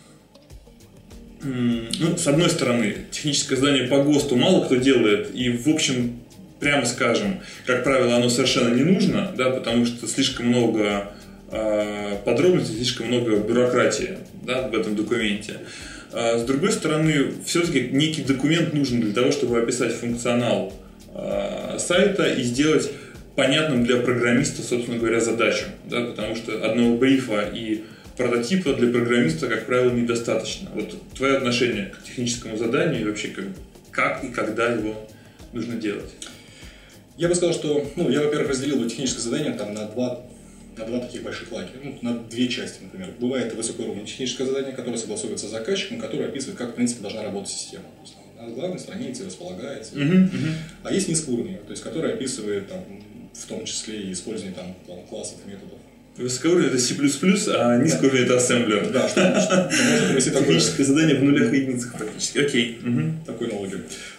Speaker 1: ну, с одной стороны, техническое задание по ГОСТу мало кто делает, и, в общем, прямо скажем, как правило, оно совершенно не нужно, да, потому что слишком много э, подробностей, слишком много бюрократии, да, в этом документе. А с другой стороны, все-таки некий документ нужен для того, чтобы описать функционал э, сайта и сделать понятным для программиста, собственно говоря, задачу, да, потому что одного брифа и прототипа для программиста, как правило, недостаточно. Вот твое отношение к техническому заданию и вообще как, как и когда его нужно делать?
Speaker 2: Я бы сказал, что, ну, я, во-первых, разделил бы техническое задание там, на, два, на два таких больших лаки, ну, на две части, например. Бывает высокого уровня техническое задание, которое согласовывается с заказчиком, которое описывает, как, в принципе, должна работать система. То есть, на главной странице располагается. Uh-huh, uh-huh. А есть низкого уровня, то есть, которое описывает, там, в том числе, и использование там, классов и методов.
Speaker 1: Высокоуровень это C++, а низкоуровень это ассемблер.
Speaker 2: Да, что можно привести такое.
Speaker 1: Техническое задание в нулях и единицах практически. Окей.
Speaker 2: Такой налоги.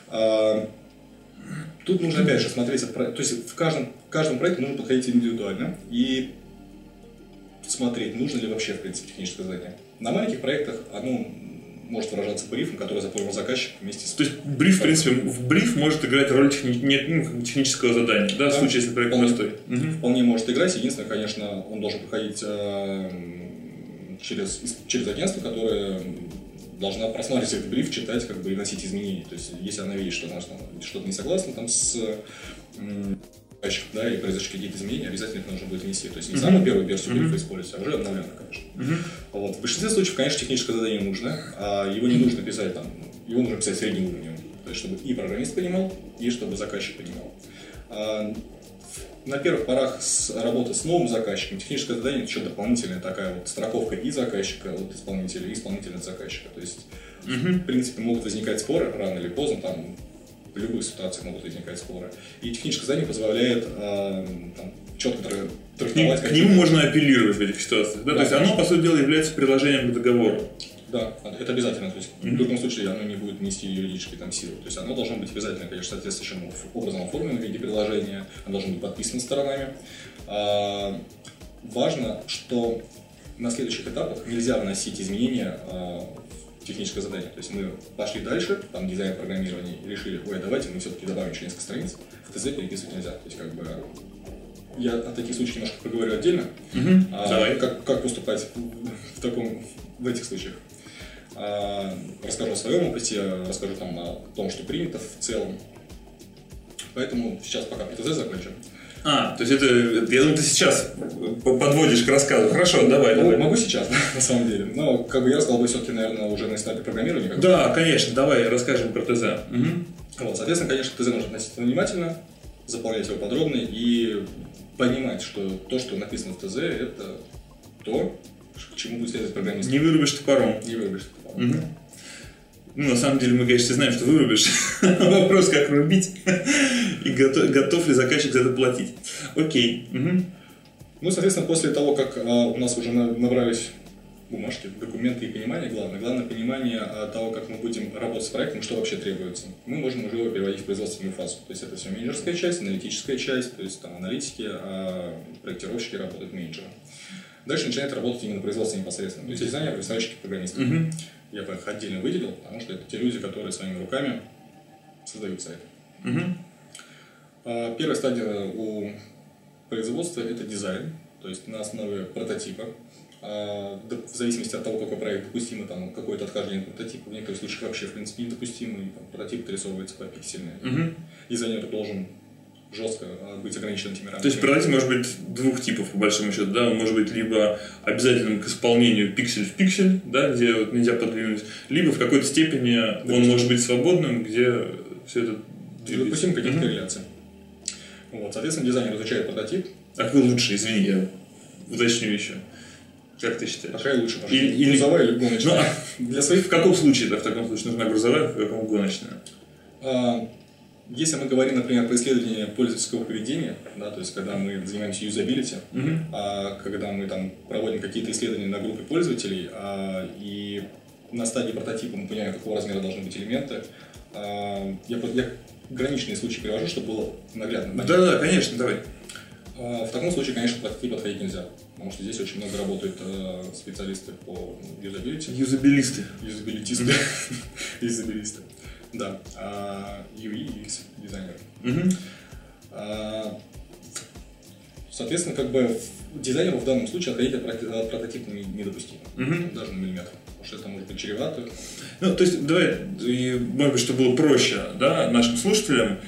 Speaker 2: Тут нужно, опять же, смотреть, то есть в каждом, в каждом проекте нужно подходить индивидуально и смотреть, нужно ли вообще, в принципе, техническое задание. На маленьких проектах оно может выражаться брифом, который заполнил заказчик вместе с...
Speaker 1: То есть бриф, в принципе, в бриф может играть роль техни... ну, технического задания, да, да, в случае, если проект
Speaker 2: вполне,
Speaker 1: простой.
Speaker 2: Вполне может играть, единственное, конечно, он должен проходить э, через, через агентство, которое должна просматривать этот бриф, читать, как бы, и вносить изменения. То есть, если она видит, что она что-то не согласна там с заказчиком, да, и произошли какие-то изменения, обязательно их нужно будет внести. То есть, не mm-hmm. самую первую версию брифа mm-hmm. использовать, а уже обновленно, конечно. Mm-hmm. Вот. В большинстве случаев, конечно, техническое задание нужно, а его не нужно писать там, его нужно писать средним уровнем. То есть, чтобы и программист понимал, и чтобы заказчик понимал. А на первых порах с работы с новым заказчиком техническое задание это еще дополнительная такая вот страховка и заказчика от исполнителя, и исполнителя от заказчика. То есть, mm-hmm. в принципе, могут возникать споры рано или поздно, там, в любых ситуациях могут возникать споры. И техническое задание позволяет э, там, четко трактовать...
Speaker 1: К нему можно апеллировать в этих ситуациях. Да? Да. То есть оно, по сути дела, является приложением к договору.
Speaker 2: Да, это обязательно. То есть, mm-hmm. в любом случае оно не будет нести юридической там, силы. То есть оно должно быть обязательно, конечно, соответствующим образом оформлено в виде приложения, оно должно быть подписано сторонами. А, важно, что на следующих этапах нельзя вносить изменения а, в техническое задание. То есть мы пошли дальше, там дизайн программирования, и решили, ой, давайте мы все-таки добавим еще несколько страниц. В ТЗ переписывать нельзя. То есть как бы я о таких случаях немножко поговорю отдельно.
Speaker 1: Mm-hmm.
Speaker 2: А, как, как поступать в, таком, в этих случаях. Расскажу о своем опыте, расскажу там о том, что принято в целом. Поэтому сейчас пока про ТЗ закончим.
Speaker 1: А, то есть это, я думаю, ты сейчас подводишь к рассказу. Хорошо, давай,
Speaker 2: ну,
Speaker 1: давай.
Speaker 2: Могу сейчас, да, на самом деле. Но как бы я рассказал бы все-таки, наверное, уже на этапе программирования.
Speaker 1: Да, конечно, давай расскажем про ТЗ. Угу.
Speaker 2: Вот, соответственно, конечно, ТЗ нужно относительно внимательно, заполнять его подробно и понимать, что то, что написано в ТЗ, это то, к чему будет следовать программист.
Speaker 1: Не вырубишь топором.
Speaker 2: Не вырубишь топором.
Speaker 1: Угу. Ну, на самом деле, мы, конечно, знаем, что вырубишь. Вопрос, как рубить и готов, готов ли заказчик за это платить. Окей. Угу.
Speaker 2: Ну, соответственно, после того, как а, у нас уже набрались бумажки, документы и понимание, главное, главное понимание а, того, как мы будем работать с проектом, что вообще требуется, мы можем уже его переводить в производственную фазу. То есть это все менеджерская часть, аналитическая часть, то есть там аналитики, а проектировщики работают менеджером. Дальше начинает работать именно производство непосредственно. То есть дизайнеры, разработчики, программисты. Uh-huh. Я бы их отдельно выделил, потому что это те люди, которые своими руками создают сайт. Uh-huh. Первая стадия у производства – это дизайн, то есть на основе прототипа. В зависимости от того, какой проект допустимо, там какое-то отхождение от прототипа, в некоторых случаях вообще в принципе недопустимый, прототип отрисовывается попиксельно. Uh-huh. Дизайнер должен жестко быть ограничен этими рамками.
Speaker 1: То есть прототип может быть двух типов, по большому счету, да, он может быть либо обязательным к исполнению пиксель в пиксель, да, где вот нельзя подвинуть, либо в какой-то степени да, он может быть свободным, где все это двигается.
Speaker 2: Допустим, какие-то mm-hmm. корреляции. Вот, соответственно, дизайнер изучает прототип.
Speaker 1: А какой лучше, извини, я уточню еще. Как ты считаешь?
Speaker 2: Какая лучше, может, или, грузовая или гоночная?
Speaker 1: Ну, а для своих в каком случае, да, в таком случае нужна грузовая, в каком гоночная?
Speaker 2: А, Если мы говорим, например, про исследование пользовательского поведения, да, то есть когда мы занимаемся юзабилити, uh-huh. а когда мы там проводим какие-то исследования на группе пользователей, а, и на стадии прототипа мы понимаем, какого размера должны быть элементы, а, я, я граничные случаи привожу, чтобы было наглядно.
Speaker 1: Да-да, конечно, давай.
Speaker 2: А, в таком случае, конечно, прототип отходить нельзя, потому что здесь очень много работают а, специалисты по юзабилити.
Speaker 1: Юзабилисты.
Speaker 2: Юзабилитисты. Юзабилисты. Да, ю ай, ю экс дизайнер.
Speaker 1: Uh-huh.
Speaker 2: А, соответственно, как бы дизайнеру в данном случае отходить от прототипа недопустимо, uh-huh. даже на миллиметр, потому что это может быть чревато.
Speaker 1: Ну, то есть, давай, может быть, чтобы было проще, да, нашим слушателям,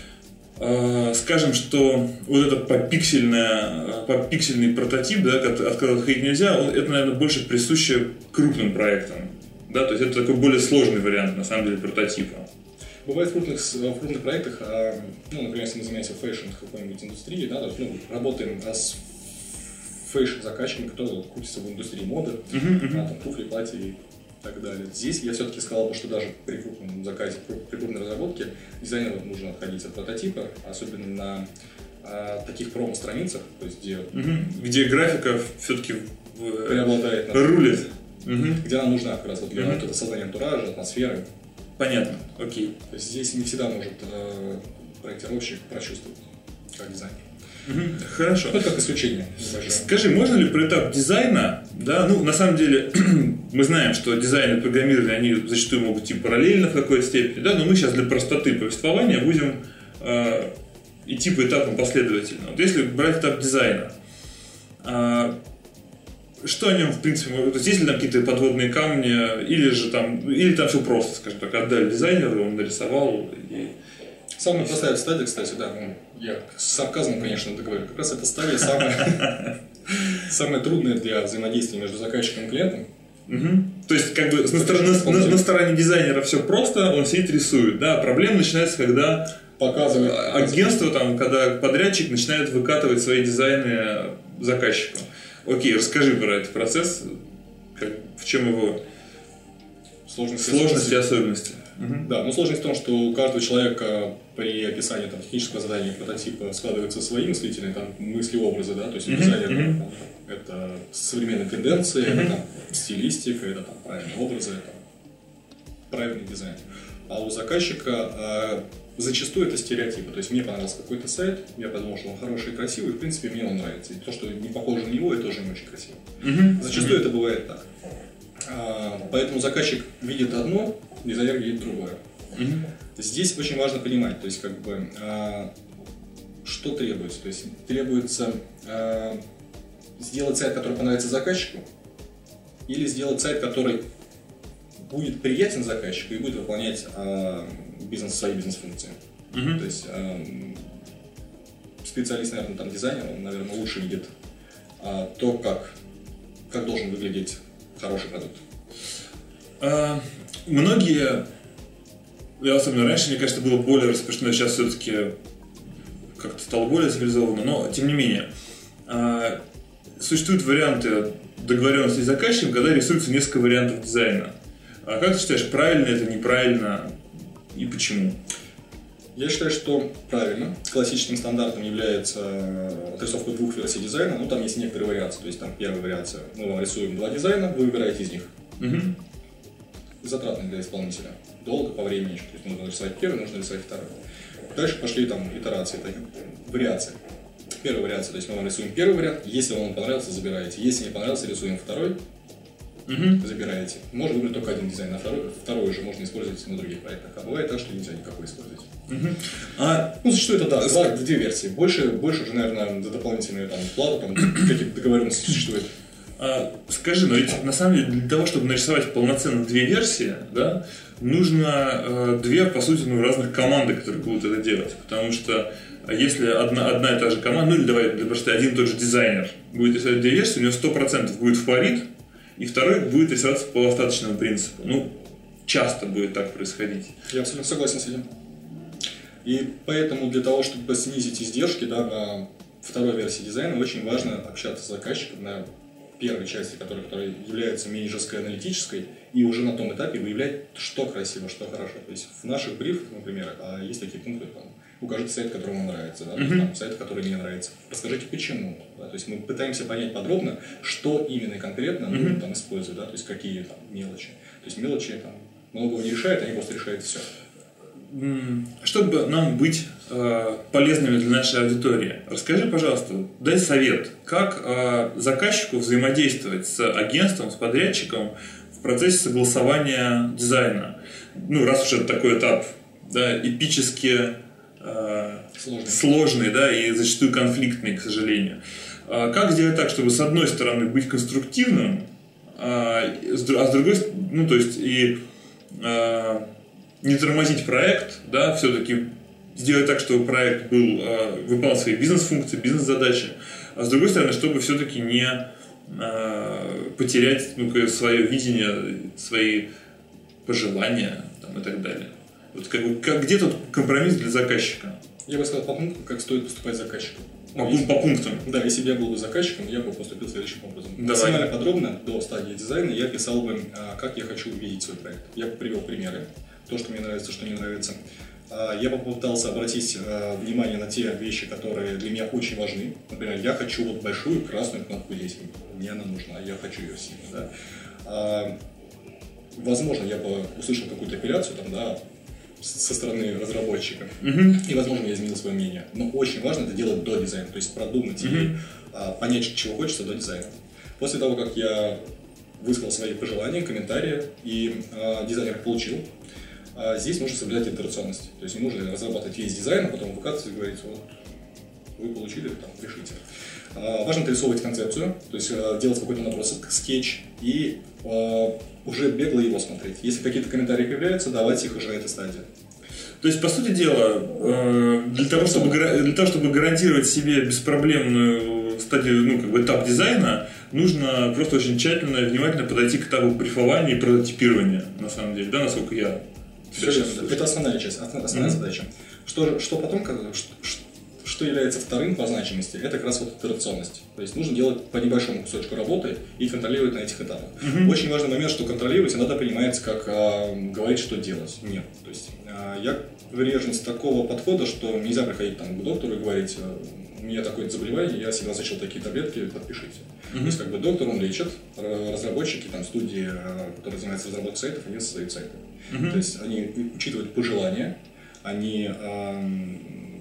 Speaker 1: э, скажем, что вот это попиксельное, попиксельный прототип, да, от которого отходить нельзя, он, это, наверное, больше присуще крупным проектам. Да, то есть это такой более сложный вариант, на самом деле, прототипа.
Speaker 2: Бывает в крупных, в крупных проектах, ну, например, если мы занимаемся фэшн в какой-нибудь индустрии, да, то есть, ну, работаем с фэшн-заказчиками, которые крутятся в индустрии моды, uh-huh, uh-huh. Да, там, туфли, платья и так далее. Здесь я все-таки сказал бы, что даже при крупном заказе, при крупной разработке дизайнеру нужно отходить от прототипа, особенно на а, таких промо-страницах, то есть где,
Speaker 1: uh-huh. где графика все-таки
Speaker 2: преобладает над
Speaker 1: рулит.
Speaker 2: Угу. Где она нужна как раз вот для mm-hmm. вот создания антуража, атмосферы.
Speaker 1: Понятно, окей.
Speaker 2: То есть здесь не всегда может э, проектировщик прочувствовать как дизайнер.
Speaker 1: Mm-hmm. Хорошо.
Speaker 2: Ну, это как исключение.
Speaker 1: Скажи, можно ли про этап дизайна, да, ну, на самом деле, мы знаем, что дизайн и программирование, они зачастую могут идти параллельно в какой-то степени, да, но мы сейчас для простоты повествования будем э, идти по этапам последовательно. Вот если брать этап дизайна, э, что о нем, в принципе, то есть, есть ли там какие-то подводные камни, или же там, или там все просто, скажем так, отдали дизайнеру, он нарисовал. И...
Speaker 2: Самая простая стадия, кстати, да, ну, я с сарказмом, конечно, договорю, как раз эта стадия самая, самая трудная для взаимодействия между заказчиком и клиентом.
Speaker 1: Угу. То есть, как бы, на, на, на, на стороне дизайнера все просто, он сидит, рисует, да, проблема начинается, когда
Speaker 2: показывает
Speaker 1: агентство, там, когда подрядчик начинает выкатывать свои дизайны заказчику. Окей, расскажи про этот процесс, как, в чем его
Speaker 2: сложности,
Speaker 1: сложности и особенности.
Speaker 2: Угу. Да, но сложность в том, что у каждого человека при описании там, технического задания прототипа складываются свои мыслительные там, мысли, образы, да, то есть у дизайнера uh-huh. там, это современные тенденции, uh-huh. это там, стилистика, это там, правильные образы, это правильный дизайн. А у заказчика а, зачастую это стереотипы. То есть мне понравился какой-то сайт, я подумал, что он хороший и красивый, и в принципе мне он нравится. И то, что не похоже на него, это тоже не очень красиво. Uh-huh. Зачастую uh-huh. это бывает так. А, поэтому заказчик видит одно, дизайнер видит другое. Uh-huh. Здесь очень важно понимать, то есть как бы а, что требуется. То есть требуется а, сделать сайт, который понравится заказчику, или сделать сайт, который будет приятен заказчику и будет выполнять э, бизнес, свои бизнес-функции. Uh-huh. То есть э, специалист, наверное, там дизайнер, он, наверное, лучше видит э, то, как, как должен выглядеть хороший продукт.
Speaker 1: Uh, многие, особенно раньше, мне кажется, было более распространено, сейчас все-таки как-то стало более цивилизованно, но тем не менее, uh, существуют варианты договоренности с заказчиком, когда рисуется несколько вариантов дизайна. А как ты считаешь, правильно это, неправильно и почему?
Speaker 2: Я считаю, что правильно. Классическим стандартом является отрисовка двух версий дизайна. Ну, там есть некоторые вариации. То есть, там первая вариация. Мы вам рисуем два дизайна, вы выбираете из них.
Speaker 1: Угу.
Speaker 2: Затратно для исполнителя. Долго по времени. То есть, нужно рисовать первый, нужно рисовать второй. Дальше пошли там итерации, так, вариации. Первая вариация. То есть, мы вам рисуем первый вариант. Если вам он понравился, забираете. Если не понравился, рисуем второй. Uh-huh. Забираете. Можно выбрать только один дизайн, а второй, второй уже можно использовать на других проектах. А бывает так, что нельзя никакой использовать.
Speaker 1: Uh-huh. А,
Speaker 2: ну, зачастую это да, два, две версии. Больше, больше уже, наверное, за дополнительную там, плату, там, какие-то договоренности существуют.
Speaker 1: А, скажи, но ведь на самом деле для того, чтобы нарисовать полноценно две версии, да, нужно э, две, по сути, ну, разных команды, которые будут это делать. Потому что если одна, одна и та же команда, ну или давай для простоты, один и тот же дизайнер будет рисовать две версии, у него сто процентов будет фаворит, и второй будет рисоваться по остаточному принципу. Ну, часто будет так происходить.
Speaker 2: Я абсолютно согласен с этим. И поэтому для того, чтобы снизить издержки, да, на второй версии дизайна, очень важно общаться с заказчиком на первой части, которая, которая является менеджерской, аналитической, и уже на том этапе выявлять, что красиво, что хорошо. То есть в наших брифах, например, есть такие пункты, там, укажите сайт, который вам нравится, да, mm-hmm. там, сайт, который мне нравится. Расскажите, почему. Да, то есть мы пытаемся понять подробно, что именно и конкретно mm-hmm. нужно там использовать, да, то есть какие там мелочи. То есть мелочи там многого не решают, они просто решают все.
Speaker 1: Чтобы нам быть э, полезными для нашей аудитории, расскажи, пожалуйста, дай совет, как э, заказчику взаимодействовать с агентством, с подрядчиком в процессе согласования дизайна. Ну, раз уж это такой этап, да, эпически э, сложный. сложный, да, и зачастую конфликтный, к сожалению. Э, как сделать так, чтобы с одной стороны быть конструктивным, э, а с другой, ну, то есть и э, не тормозить проект, да, все-таки сделать так, чтобы проект был, э, выполнял свои бизнес-функции, бизнес-задачи, а с другой стороны, чтобы все-таки не э, потерять ну, свое видение, свои пожелания там, и так далее. Вот как, как, где тут компромисс для заказчика?
Speaker 2: Я бы сказал по пунктам, как стоит поступать с заказчиком.
Speaker 1: По, если, по пунктам?
Speaker 2: Да, если бы я был бы заказчиком, я бы поступил следующим образом. Давай. Максимально подробно, до стадии дизайна, я писал бы, как я хочу увидеть свой проект. Я бы привел примеры. То, что мне нравится, что не нравится. Я попытался обратить внимание на те вещи, которые для меня очень важны. Например, я хочу вот большую красную кнопку здесь. Мне она нужна, я хочу ее сильно. Да? Возможно, я бы услышал какую-то апелляцию там, да, со стороны разработчика. Uh-huh. И, возможно, я изменил свое мнение. Но очень важно это делать до дизайна. То есть продумать uh-huh. и понять, чего хочется до дизайна. После того, как я высказал свои пожелания, комментарии, и дизайнер получил, здесь нужно соблюдать итерационность. То есть не нужно разрабатывать весь дизайн, а потом выкатывать и говорить, вот, вы получили, там, решите. Важно отрисовывать концепцию, то есть делать какой-то набросок, скетч, и уже бегло его смотреть. Если какие-то комментарии появляются, давать их уже на этой стадии.
Speaker 1: То есть, по сути дела, для того, чтобы, для того, чтобы гарантировать себе беспроблемную стадию, ну, как бы этап дизайна, нужно просто очень тщательно и внимательно подойти к этапу брифования и прототипирования, на самом деле, да, насколько я...
Speaker 2: Это основная часть, основная mm-hmm. задача. Что, что потом, что, что является вторым по значимости, это как раз вот итерационность. То есть нужно делать по небольшому кусочку работы и контролировать на этих этапах. Mm-hmm. Очень важный момент, что контролировать иногда понимается как а, говорить, что делать. Нет. То есть а, я приверженец такого подхода, что нельзя приходить там, к доктору и говорить, у меня такое-то заболевание, я себе назначил такие таблетки, подпишите. Mm-hmm. То есть как бы доктор, он лечит, разработчики, там, студии, которые занимаются разработкой сайтов, они создают сайты. Mm-hmm. То есть они учитывают пожелания, они эм,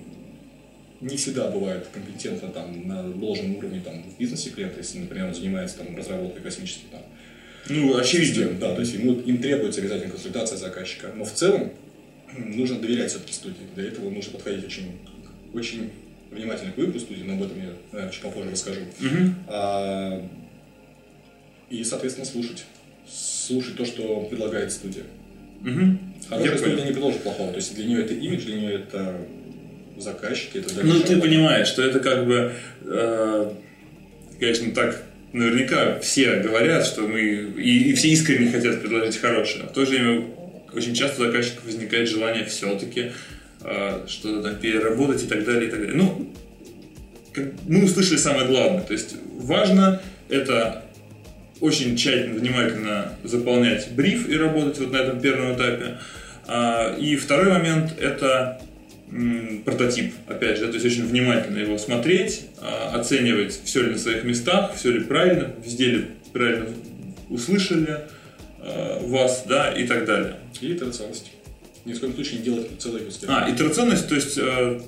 Speaker 2: не всегда бывают компетентны там, на должном уровне там, в бизнесе клиента, если, например, он занимается там, разработкой космических там,
Speaker 1: ну, очевидно.
Speaker 2: Да, то есть ему, им требуется обязательно консультация заказчика. Но в целом нужно доверять все-таки студии. Для этого нужно подходить очень, очень внимательно к выбору студии, но об этом я, наверное, чуть попозже расскажу. Mm-hmm. А, и, соответственно, слушать. Слушать то, что предлагает студия.
Speaker 1: Угу.
Speaker 2: Хорошая студия не предложит плохого. То есть для нее это имидж, для нее это заказчики, это
Speaker 1: ну, ты понимаешь, что это как бы, э, конечно, так наверняка все говорят, что мы и, и все искренне хотят предложить хорошее. В то же время очень часто у заказчиков возникает желание все-таки э, что-то там переработать и так далее, и так далее. Ну, как, мы услышали самое главное. То есть важно это очень тщательно, внимательно заполнять бриф и работать вот на этом первом этапе. И второй момент – это прототип, опять же, то есть очень внимательно его смотреть, оценивать, все ли на своих местах, все ли правильно, везде ли правильно услышали вас, да, и так далее.
Speaker 2: И итерационность. Ни в коем случае не делать целый экосистем.
Speaker 1: А, итерационность, то есть,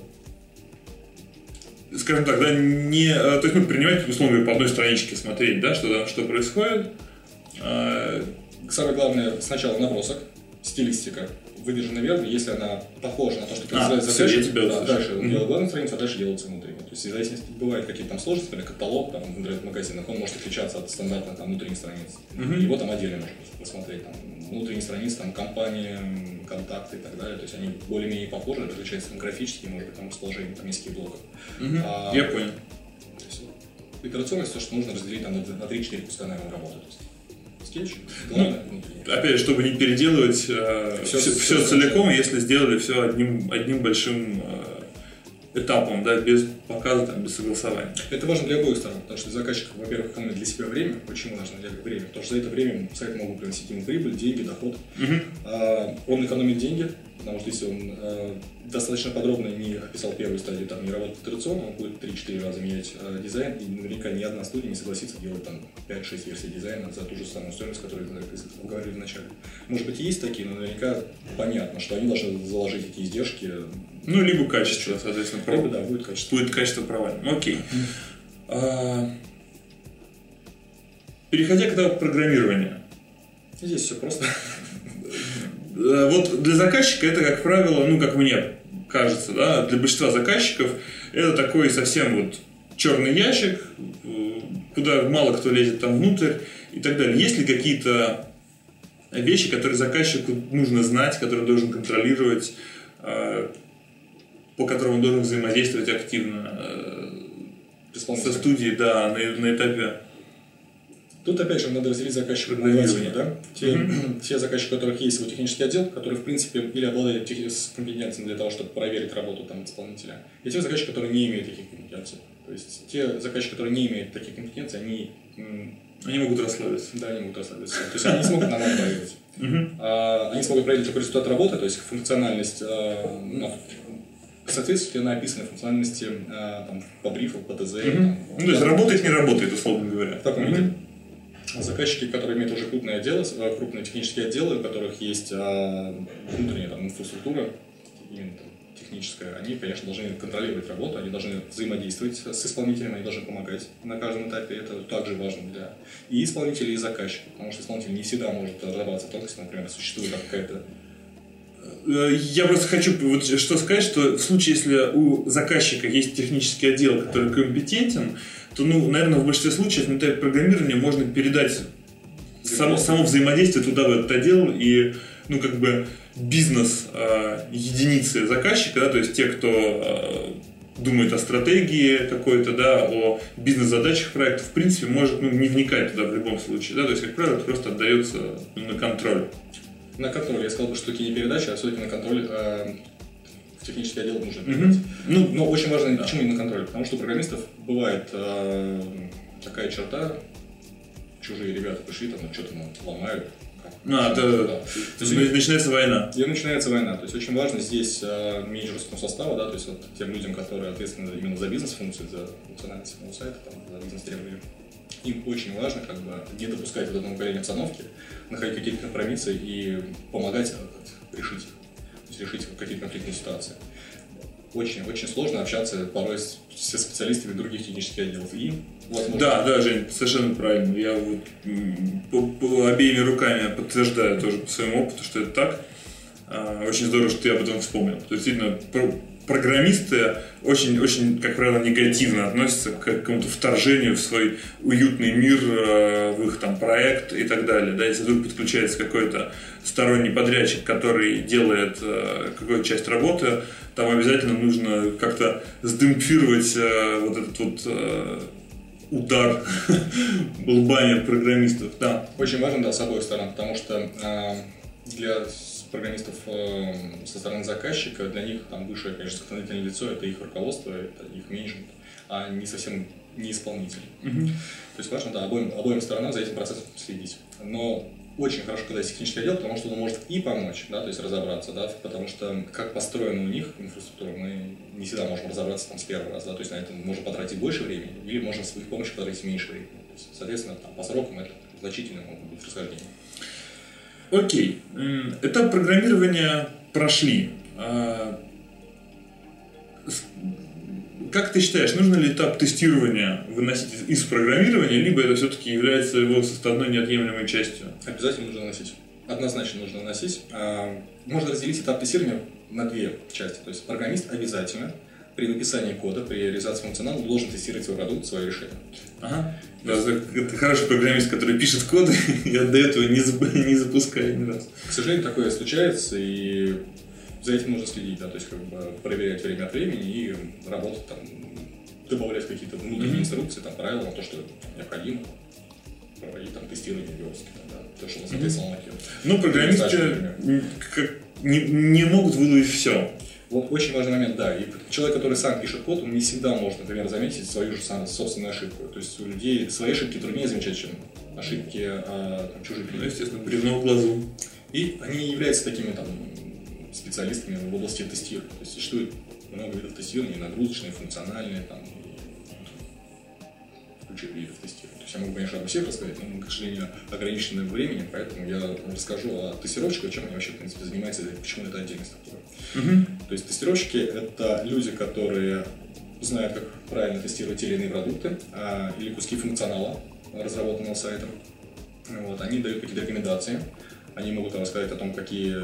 Speaker 1: скажем так, да, не, то есть, ну, принимать, условно, по одной страничке смотреть, да, что, что происходит.
Speaker 2: Самое главное, сначала набросок, стилистика выдержана верно, если она похожа на то, что
Speaker 1: представляет заказчик,
Speaker 2: да, дальше mm-hmm. делать главную страницу, а дальше делается внутренняя. То есть, в зависимости, бывают какие-то там сложности, например, каталог там, в интернет-магазинах, он может отличаться от стандартных там, внутренних страниц. Mm-hmm. Его там отдельно можно посмотреть. Там, внутренние страницы, там, компании, контакты и так далее. То есть, они более-менее похожи, отличаются там, графически, может быть, там, расположение там, нескольких блоков.
Speaker 1: Mm-hmm. А, Я понял.
Speaker 2: Итерационность, то, что нужно разделить там, на три-четыре куска, наверное, работы. Скетч,
Speaker 1: главное, ну, опять же, чтобы не переделывать э, все, все, все целиком, если сделали все одним, одним большим э, этапом, да, без показа, там, без согласования.
Speaker 2: Это важно для обоих сторон, потому что для заказчика, во-первых, экономить для себя время, очень важно для время, потому что за это время сайт могут приносить ему прибыль, деньги, доход.
Speaker 1: Угу.
Speaker 2: А, он экономит деньги, потому что если он а, достаточно подробно не описал первую стадию, там, не работает традиционно, он будет три-четыре раза менять а, дизайн, и наверняка ни одна студия не согласится делать там пять-шесть версий дизайна за ту же самую стоимость, которую мы говорили вначале. Может быть, есть такие, но наверняка понятно, что они должны заложить эти издержки.
Speaker 1: Ну, либо качество, соответственно,
Speaker 2: либо, да, будет качество.
Speaker 1: Будет качество провальным. Окей. Mm. А... Переходя к этапу программирования.
Speaker 2: Здесь все просто.
Speaker 1: Вот для заказчика это, как правило, ну, как мне кажется, да, для большинства заказчиков это такой совсем вот черный ящик, куда мало кто лезет там внутрь и так далее. Есть ли какие-то вещи, которые заказчику нужно знать, которые он должен контролировать, по которым он должен взаимодействовать активно со студией, да, на, на этапе?
Speaker 2: Тут, опять же, надо разделить заказчика на два типа, да? Те, mm-hmm. те заказчики, у которых есть свой технический отдел, который, в принципе, или обладает компетенциями для того, чтобы проверить работу там, исполнителя, и те заказчики, которые не имеют таких компетенций. То есть, те заказчики, которые не имеют таких компетенций, они...
Speaker 1: Они могут расслабиться.
Speaker 2: Да, они могут расслабиться. То есть, они не смогут нормально проверить. Mm-hmm. Они смогут проверить только результат работы, то есть, функциональность, ну, соответственно, написаны функциональности там, по брифу, по ТЗ.
Speaker 1: Mm-hmm.
Speaker 2: Там,
Speaker 1: ну, то есть, работает, не работает, условно говоря.
Speaker 2: В таком виде. Mm-hmm. Заказчики, которые имеют уже крупные отделы, крупные технические отделы, у которых есть а, внутренняя там, инфраструктура, именно там, техническая, они, конечно, должны контролировать работу, они должны взаимодействовать с исполнителем, они должны помогать на каждом этапе. Это также важно для и исполнителей, и заказчика, потому что исполнитель не всегда может разобраться в тонкости, например, существует какая-то...
Speaker 1: Я просто хочу вот что сказать, что в случае, если у заказчика есть технический отдел, который компетентен, то, ну, наверное, в большинстве случаев на этапе программирования можно передать само, само взаимодействие туда, в этот отдел, и, ну, как бы бизнес э, единицы заказчика, да, то есть те, кто э, думает о стратегии какой-то, да, о бизнес-задачах проекта, в принципе, может, ну, не вникать туда в любом случае, да, то есть, как правило, это просто отдается, ну, на контроль.
Speaker 2: На контроль, я сказал бы, что это не передача, а все-таки на контроль э, в технический отдел нужно передать. Mm-hmm. Ну, но очень важно, да. Почему именно контроль? Потому что у программистов бывает э, такая черта, чужие ребята пришли, там что-то ну, ломают.
Speaker 1: А, да, да. То есть начинается война.
Speaker 2: И начинается война. То есть очень важно здесь э, менеджерского состава, да, то есть вот, тем людям, которые ответственны именно за бизнес-функцию, за функциональность самого сайта, там, за бизнес-требования. Им очень важно как бы, не допускать вот этого укорения обстановки, находить какие-то компромиссы и помогать решить, то есть решить какие-то конфликтные ситуации. Очень-очень сложно общаться порой с, со специалистами других технических отделов. И, возможно...
Speaker 1: Да, да, Жень, совершенно правильно. Я вот по, по обеими руками подтверждаю тоже по своему опыту, что это так. Очень здорово, что ты об этом вспомнил. То есть, действительно, программисты очень-очень, как правило, негативно относятся к какому-то вторжению в свой уютный мир, в их там проект и так далее. Да, если вдруг подключается какой-то сторонний подрядчик, который делает какую-то часть работы, там обязательно нужно как-то сдемпфировать вот этот вот удар лбами программистов. Да.
Speaker 2: Очень важно, да, с обоих сторон, потому что для программистов э, со стороны заказчика, для них там высшее, конечно, законодательное лицо, это их руководство, это их менеджмент, а не совсем не исполнитель. Mm-hmm. То есть важно, да, обоим, обоим сторонам за этим процессом следить. Но очень хорошо, когда есть технический отдел, потому что он может и помочь, да, то есть разобраться, да, потому что как построена у них инфраструктура, мы не всегда можем разобраться там с первого раза, да, то есть на это можно потратить больше времени, или можно с их помощью потратить меньше времени. То есть, соответственно, там, по срокам это значительно могут быть расхождения.
Speaker 1: Окей, этап программирования прошли. Как ты считаешь, нужно ли этап тестирования выносить из программирования, либо это все-таки является его составной неотъемлемой частью?
Speaker 2: Обязательно нужно выносить. Однозначно нужно выносить. Можно разделить этап тестирования на две части. То есть программист обязательно при написании кода, при реализации функционала должен тестировать свой продукт, свое решение.
Speaker 1: Ага. Да, это хороший программист, который пишет код и до этого не, зап- не запускает ни разу.
Speaker 2: К сожалению, такое случается, и за этим нужно следить, да, то есть как бы проверять время от времени и работать там, добавлять какие-то внутренние mm-hmm. инструкции, там, правила, то, что необходимо, проводить там тестирование верстки, да, то, что соответствовало mm-hmm. на
Speaker 1: Ну, программисты как, не, не могут выдавить все.
Speaker 2: Вот очень важный момент, да. И человек, который сам пишет код, он не всегда может, например, заметить свою же сам, собственную ошибку. То есть у людей свои ошибки труднее замечать, чем ошибки а, там, чужих людей.
Speaker 1: Ну, естественно, бревно в глазу.
Speaker 2: И они не являются такими там специалистами в области тестирования. То есть существует много видов тестирования, нагрузочные, функциональные, там, куча видов тестирования. То есть я могу, конечно, обо всех рассказать, но мы, к сожалению, ограничены временем, поэтому я расскажу о тестировщиках, чем они вообще, в принципе, занимаются, и почему это отдельная структура.
Speaker 1: Uh-huh.
Speaker 2: То есть тестировщики — это люди, которые знают, как правильно тестировать те или иные продукты а, или куски функционала, разработанного сайтом. Вот, они дают какие-то рекомендации, они могут рассказать о том, какие,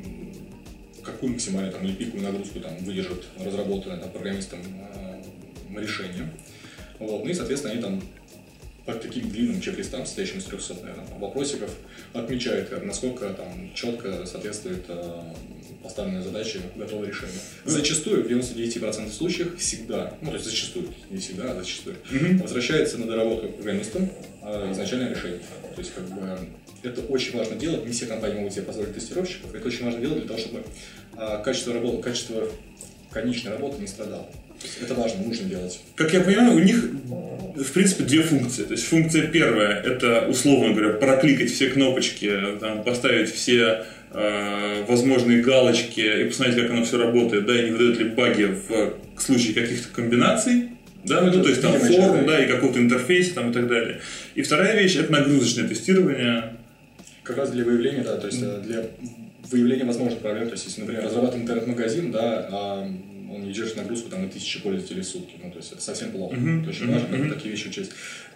Speaker 2: какую максимальную там, или пиковую нагрузку там, выдержит разработанное там, программистом а, решение. Вот, ну и, соответственно, они там по таким длинным чек-листам, состоящим из трехсот, наверное, там, вопросиков, отмечают, насколько там, четко соответствует а, поставленной задаче готовое решение. Зачастую, в девяноста девяти процентах случаев, всегда, ну то есть зачастую, не всегда, а зачастую, mm-hmm. возвращается на доработку программистам а, изначальное решение. То есть, как бы, это очень важно делать, не все компании могут себе позволить тестировщиков, это очень важно делать для того, чтобы а, качество работы, качество конечной работы не страдало. Это важно, нужно делать.
Speaker 1: Как я понимаю, у них, в принципе, две функции. То есть функция первая – это, условно говоря, прокликать все кнопочки, там, поставить все э, возможные галочки и посмотреть, как оно все работает, да, и не выдает ли баги в, в случае каких-то комбинаций. Да, ну, то есть там форм, да, и какого-то интерфейса там, и так далее. И вторая вещь – это нагрузочное тестирование.
Speaker 2: Как раз для выявления, да, то есть mm. для выявления возможных проблем. То есть, если, например, разрабатываем интернет-магазин, да, а он не держит нагрузку там, на тысячи пользователей в сутки. Ну, то есть это совсем плохо. Mm-hmm. Это очень важно, mm-hmm. такие вещи учесть.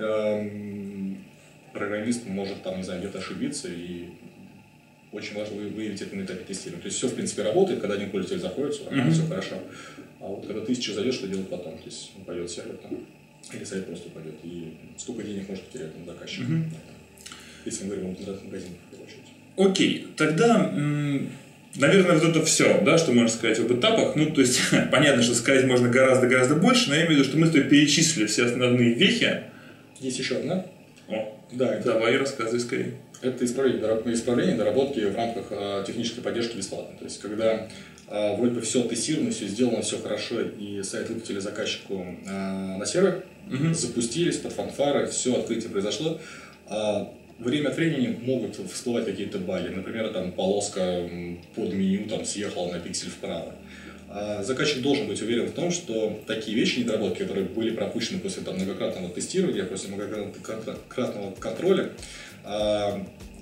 Speaker 2: Эм, программист может там, не знаю, где-то ошибиться, и очень важно выявить это на этапе тестирования. То есть все, в принципе, работает, когда один пользователь заходит, все, mm-hmm. все хорошо. А вот когда тысяча зайдет, что делать потом? То есть он пойдет сервер там, или сайт просто пойдет. И сколько денег может потерять там заказчик. Mm-hmm. Если мы говорим о интернет-магазине, в первую очередь.
Speaker 1: Окей, тогда, наверное, вот это все, да, что можно сказать об этапах. Ну, то есть, понятно, что сказать можно гораздо-гораздо больше, но я имею в виду, что мы с тобой перечислили все основные вехи.
Speaker 2: Есть еще одна.
Speaker 1: О,
Speaker 2: да, это,
Speaker 1: давай, рассказывай скорее.
Speaker 2: Это исправление, исправление доработки в рамках а, технической поддержки бесплатно. То есть, когда а, вроде бы все тестировано, все сделано, все хорошо, и сайт выпустили заказчику а, на сервер, угу. запустились под фанфары, все, открытие произошло. А, время от времени могут всплывать какие-то баги. Например, там полоска под меню там, съехала на пиксель вправо. А заказчик должен быть уверен в том, что такие вещи, недоработки, которые были пропущены после там, многократного тестирования, после многократного контроля, а,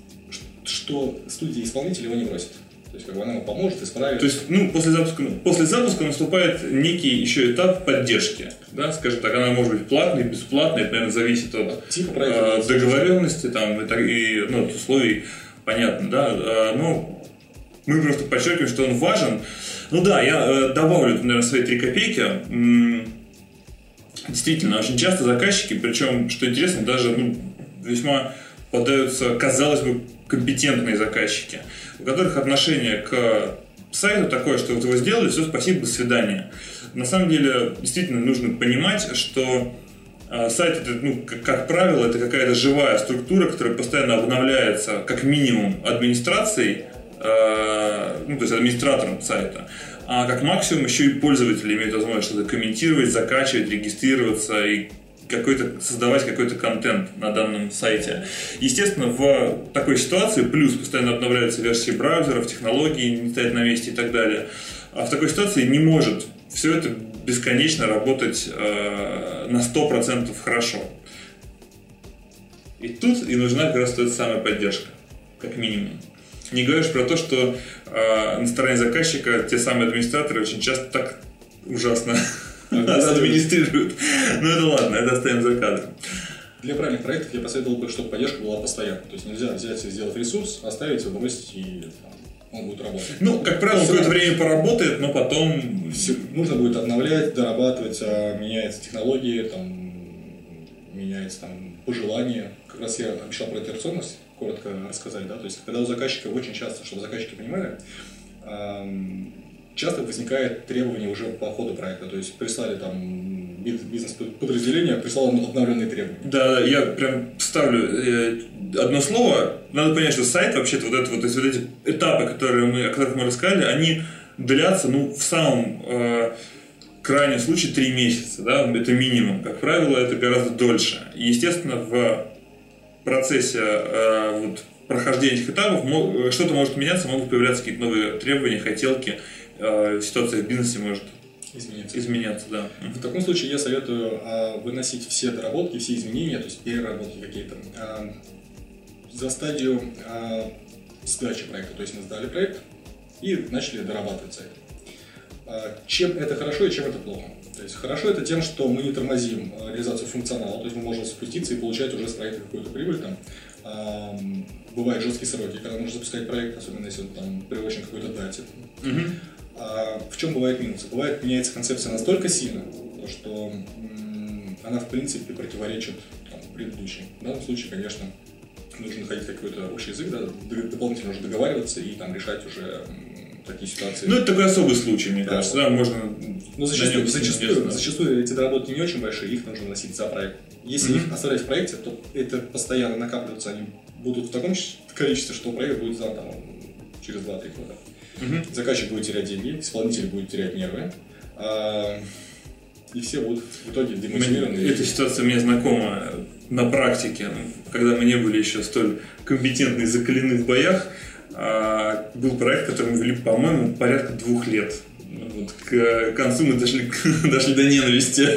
Speaker 2: что студия исполнителя его не бросит. То есть, как бы она ему поможет исправить.
Speaker 1: То есть, ну, после запуска, ну, после запуска наступает некий еще этап поддержки. Да, скажем так, она может быть платной, бесплатной, это, наверное, зависит от типа э, договоренности там, и, и ну, от условий, понятно, да. Э, но мы просто подчеркиваем, что он важен. Ну да, я э, добавлю, наверное, свои три копейки. М-м, действительно, очень часто заказчики, причем, что интересно, даже ну, весьма поддаются, казалось бы, компетентные заказчики, у которых отношение к сайту такое, что вот вы сделали, все, спасибо, до свидания. На самом деле, действительно нужно понимать, что э, сайт, это, ну, как, как правило, это какая-то живая структура, которая постоянно обновляется, как минимум, администрацией, э, ну, то есть администратором сайта, а как максимум еще и пользователи имеют возможность что-то комментировать, закачивать, регистрироваться и какой-то, создавать какой-то контент на данном сайте. Естественно, в такой ситуации, плюс постоянно обновляются версии браузеров, технологии не стоят на месте и так далее, а в такой ситуации не может все это бесконечно работать э, на сто процентов хорошо. И тут и нужна как раз та самая поддержка, как минимум. Не говоришь про то, что э, на стороне заказчика те самые администраторы очень часто так ужасно администрируют. Ну это ладно, это оставим за кадром.
Speaker 2: Для правильных проектов я посоветовал бы, чтобы поддержка была постоянной. То есть нельзя взять и сделать ресурс, оставить его, бросить, и там, он будет работать.
Speaker 1: Ну, как правило, какое-то время поработает, но потом...
Speaker 2: Все, нужно будет обновлять, дорабатывать, меняются технологии, там, меняются там, пожелания. Как раз я обещал про итерационность коротко рассказать. Да? То есть, когда у заказчика очень часто, чтобы заказчики понимали, эм, часто возникает требование уже по ходу проекта. То есть прислали там бизнес-подразделение, прислало обновленные требования.
Speaker 1: Да, я прям ставлю одно слово. Надо понять, что сайт вообще-то вот, это, вот, вот эти этапы, которые мы, о которых мы рассказали, они длятся, ну, в самом э, крайнем случае три месяца, да, это минимум. Как правило, это гораздо дольше. И, естественно, в процессе э, вот, прохождения этих этапов что-то может меняться, могут появляться какие-то новые требования, хотелки, э, ситуация в бизнесе может изменяться. изменяться да.
Speaker 2: В таком случае я советую э, выносить все доработки, все изменения, то есть переработки какие-то, э, за стадию э, сдачи проекта. То есть мы сдали проект и начали дорабатывать сайт. Э, чем это хорошо и чем это плохо? То есть хорошо это тем, что мы не тормозим реализацию функционала, то есть мы можем спуститься и получать уже с проекта какую-то прибыль. Там, э, бывают жесткие сроки, когда нужно запускать проект, особенно если он там приурочен к какой-то дате.
Speaker 1: Mm-hmm.
Speaker 2: А в чем бывают минусы? Бывает, меняется концепция настолько сильно, что м- она в принципе противоречит там, предыдущей. В данном случае, конечно, нужно находить какой-то общий язык, да, дополнительно нужно договариваться и там решать уже м- такие ситуации.
Speaker 1: Ну, это такой особый случай, мне
Speaker 2: да.
Speaker 1: кажется, да, можно...
Speaker 2: Но зачастую, зачастую, зачастую эти доработки не очень большие, их нужно носить за проект. Если mm-hmm. их оставлять в проекте, то это постоянно накапливаться, они будут в таком количестве, что проект будет сдан там, через два-три года. Uh-huh. Заказчик будет терять деньги, исполнитель будет терять нервы, а, и все будут в итоге демотивированы.
Speaker 1: Эта ситуация мне знакома на практике, когда мы не были еще столь компетентны и закалены в боях. А, был проект, который мы вели, по-моему, порядка двух лет. Вот, к концу мы дошли, дошли до ненависти.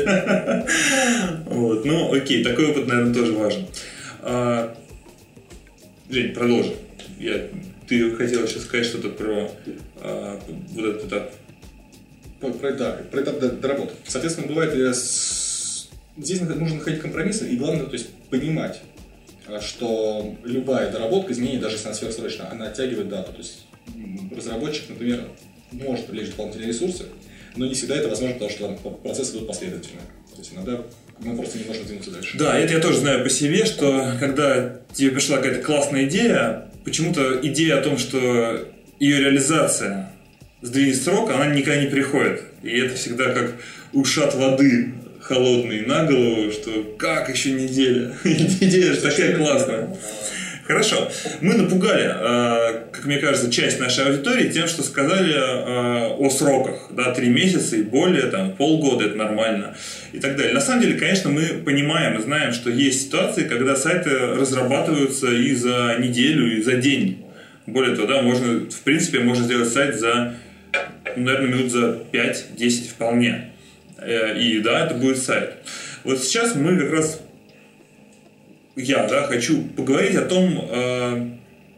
Speaker 1: Вот, ну, окей, такой опыт, наверное, тоже важен. А, Жень, продолжи. Я... Ты хотел еще сказать что-то про а, вот этот этап?
Speaker 2: Про, про, да, про этап доработки. Соответственно, бывает, я с... здесь нужно находить компромиссы, и главное, то есть понимать, что любая доработка, изменение, даже если она сверхсрочная, она оттягивает дату. То есть разработчик, например, может привлечь дополнительные ресурсы, но не всегда это возможно, потому что процессы идут последовательно. То есть иногда мы просто не можем двинуться дальше.
Speaker 1: Да, это я тоже знаю по себе, что когда тебе пришла какая-то классная идея, почему-то идея о том, что ее реализация сдвинет срок, она никогда не приходит. И это всегда как ушат воды холодный на голову, что как еще неделя? Идея же такая классная. Хорошо. Мы напугали, как мне кажется, часть нашей аудитории тем, что сказали о сроках. Да, три месяца и более, там, полгода, это нормально. И так далее. На самом деле, конечно, мы понимаем и знаем, что есть ситуации, когда сайты разрабатываются и за неделю, и за день. Более того, да, можно, в принципе, можно сделать сайт за, наверное, минут за пять-десять вполне. И да, это будет сайт. Вот сейчас мы как раз... Я, да, хочу поговорить о том, э,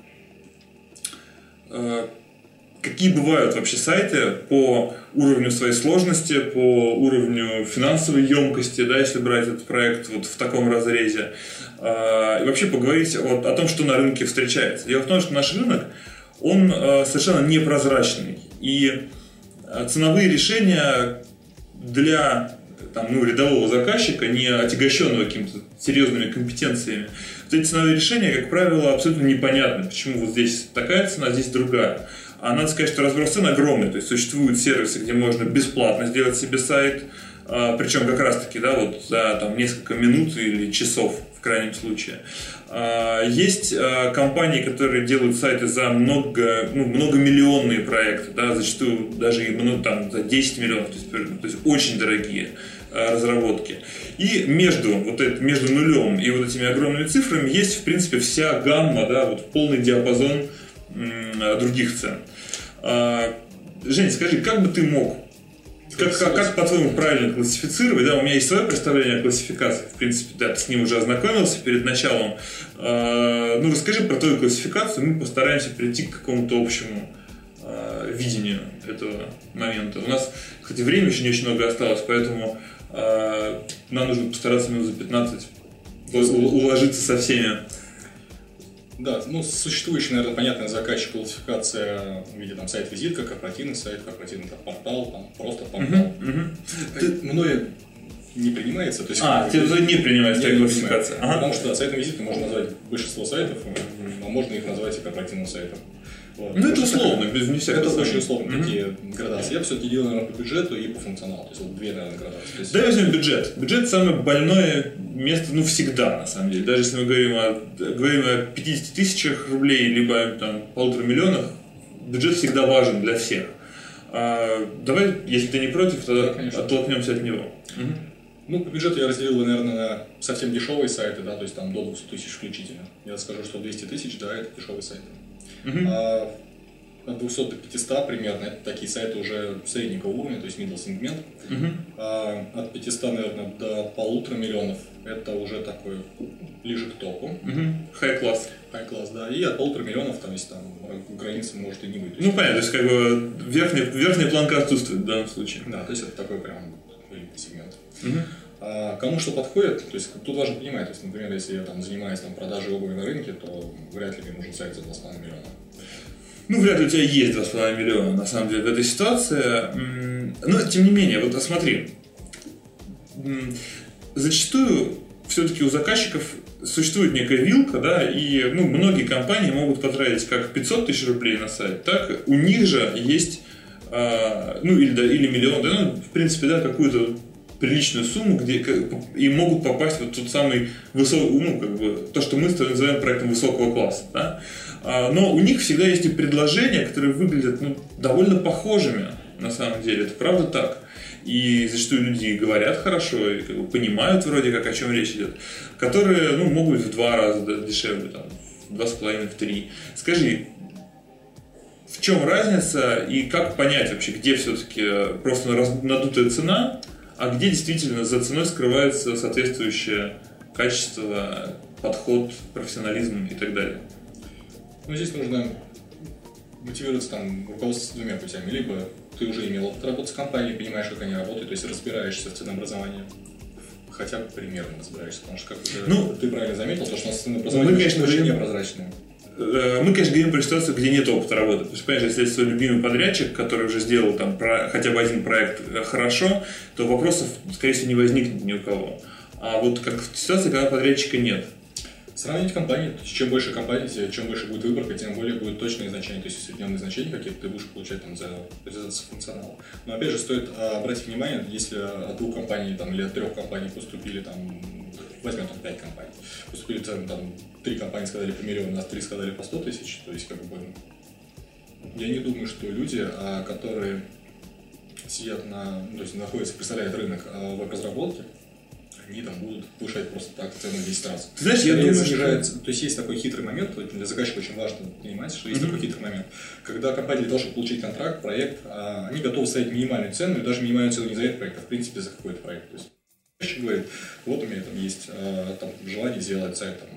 Speaker 1: э, какие бывают вообще сайты по уровню своей сложности, по уровню финансовой емкости, да, если брать этот проект вот в таком разрезе. Э, и вообще поговорить о, о том, что на рынке встречается. Дело в том, что наш рынок, он э, совершенно непрозрачный. И ценовые решения для... Там, ну, рядового заказчика, не отягощенного какими-то серьезными компетенциями, вот эти ценовые решения, как правило, абсолютно непонятны. Почему вот здесь такая цена, здесь другая. А надо сказать, что разброс цен огромный. То есть существуют сервисы, где можно бесплатно сделать себе сайт, а, причем как раз-таки, да, вот за там, несколько минут или часов в крайнем случае. А, есть а, компании, которые делают сайты за много, ну, многомиллионные проекты, да, зачастую даже и, ну, там, за десять миллионов, то есть, то есть очень дорогие разработки. И между, вот это, между нулем и вот этими огромными цифрами есть, в принципе, вся гамма, да, вот полный диапазон м- других цен. А, Жень, скажи, как бы ты мог, как, как, как по-твоему правильно классифицировать? Да, у меня есть свое представление о классификации, в принципе, да, ты с ним уже ознакомился перед началом. А, ну, расскажи про твою классификацию, мы постараемся прийти к какому-то общему а, видению этого момента. У нас, кстати, времени еще не очень много осталось, поэтому а, нам нужно постараться минут за пятнадцать уложиться со всеми.
Speaker 2: Да, ну, существующая, наверное, понятная заказчик классификация в виде там сайт-визитка, корпоративный сайт, корпоративный там, портал, там, просто портал. Uh-huh, uh-huh. Ты... Мною не принимается. То есть,
Speaker 1: а, тебе не принимается такая классификация.
Speaker 2: Ага. Потому что да, сайтом визиткой можно назвать большинство сайтов, но можно их назвать и корпоративным сайтом. Вот.
Speaker 1: Ну, это условно, без не всякого.
Speaker 2: Это очень условно, mm-hmm. такие градации. Я все-таки делаю, наверное, по бюджету и по функционалу. То есть, вот две, наверное, градации. Есть...
Speaker 1: Давай возьмем бюджет. Бюджет – самое больное место, ну, всегда, на самом деле. Даже если мы говорим о, говорим о пятидесяти тысячах рублей, либо там полутора миллионах, бюджет всегда важен для всех. А, давай, если ты не против, тогда
Speaker 2: да,
Speaker 1: оттолкнемся от него. Угу.
Speaker 2: Ну, по бюджету я разделил, наверное, на совсем дешевые сайты, да, то есть там до двухсот тысяч включительно. Я скажу, что двести тысяч, да, это дешевые сайты. Угу. А от двухсот до пятисот примерно это такие сайты уже среднего уровня, то есть middle segment. Угу. А от пятисот, наверное, до полутора миллионов это уже такой ближе к топу.
Speaker 1: Угу. High-класс.
Speaker 2: High-класс, да. И от полутора миллионов, там, если там границы может и не быть.
Speaker 1: Ну, понятно, то есть как бы верхняя, верхняя планка отсутствует в данном случае.
Speaker 2: Да, то есть это такой прям элитный сегмент.
Speaker 1: Угу.
Speaker 2: А кому что подходит, то есть тут важно понимать, то есть, например, если я там занимаюсь там, продажей обуви на рынке, то вряд ли мне нужен сайт за два с половиной миллиона.
Speaker 1: Ну, вряд ли у тебя есть два с половиной миллиона, на самом деле, в этой ситуации. Но, тем не менее, вот смотри, зачастую все-таки у заказчиков существует некая вилка, да, и ну, многие компании могут потратить как пятьсот тысяч рублей на сайт, так у них же есть, а, ну, или, да, или миллион, да, ну, в принципе, да, какую-то приличную сумму, где и могут попасть вот тот самый высокий, ну, как бы, то, что мы называем проектом высокого класса, да. А, но у них всегда есть и предложения, которые выглядят, ну, довольно похожими, на самом деле, это правда так. И зачастую люди говорят хорошо, и как бы понимают вроде как, о чем речь идет, которые, ну, могут быть в два раза дешевле, там, в два с половиной, в три. Скажи, в чем разница и как понять вообще, где все-таки просто надутая цена, а где действительно за ценой скрывается соответствующее качество, подход, профессионализм и так далее?
Speaker 2: Ну, здесь нужно мотивироваться там руководствоваться двумя путями. Либо ты уже имел опыт работы с компанией, понимаешь, как они работают, то есть разбираешься в ценообразовании. Хотя бы примерно разбираешься, потому что, как уже ну, ты правильно заметил, то, что у нас ценообразование мы, конечно, очень непрозрачное.
Speaker 1: Мы, конечно, говорим про ситуацию, где нет опыта работы. Потому что, понимаешь, если это свой любимый подрядчик, который уже сделал там про, хотя бы один проект хорошо, то вопросов, скорее всего, не возникнет ни у кого. А вот как в ситуации, когда подрядчика нет.
Speaker 2: Сравнить компании, то есть чем больше компаний, чем больше будет выборка, тем более будет точные значения, то есть усредненные значения какие-то ты будешь получать там, за реализацию функционала. Но опять же стоит а, обратить внимание, если от двух компаний там, или от трех компаний поступили, там, возьмем там пять компаний, поступили там, там три компании сказали по миллиону, а три сказали по сто тысяч, то есть как бы я не думаю, что люди, а, которые сидят на, ну, то есть находятся, представляют рынок а, веб-разработки, они там будут повышать просто так цену в десять раз.
Speaker 1: Ты знаешь, я думаю,
Speaker 2: снижается, что... То есть есть такой хитрый момент, для заказчика очень важно понимать, что есть mm-hmm. такой хитрый момент. Когда компания для того, чтобы получить контракт, проект, они готовы ставить минимальную цену, и даже минимальную цену не за этот проект, а в принципе за какой-то проект. То есть заказчик говорит, вот у меня там есть там, желание сделать сайт там,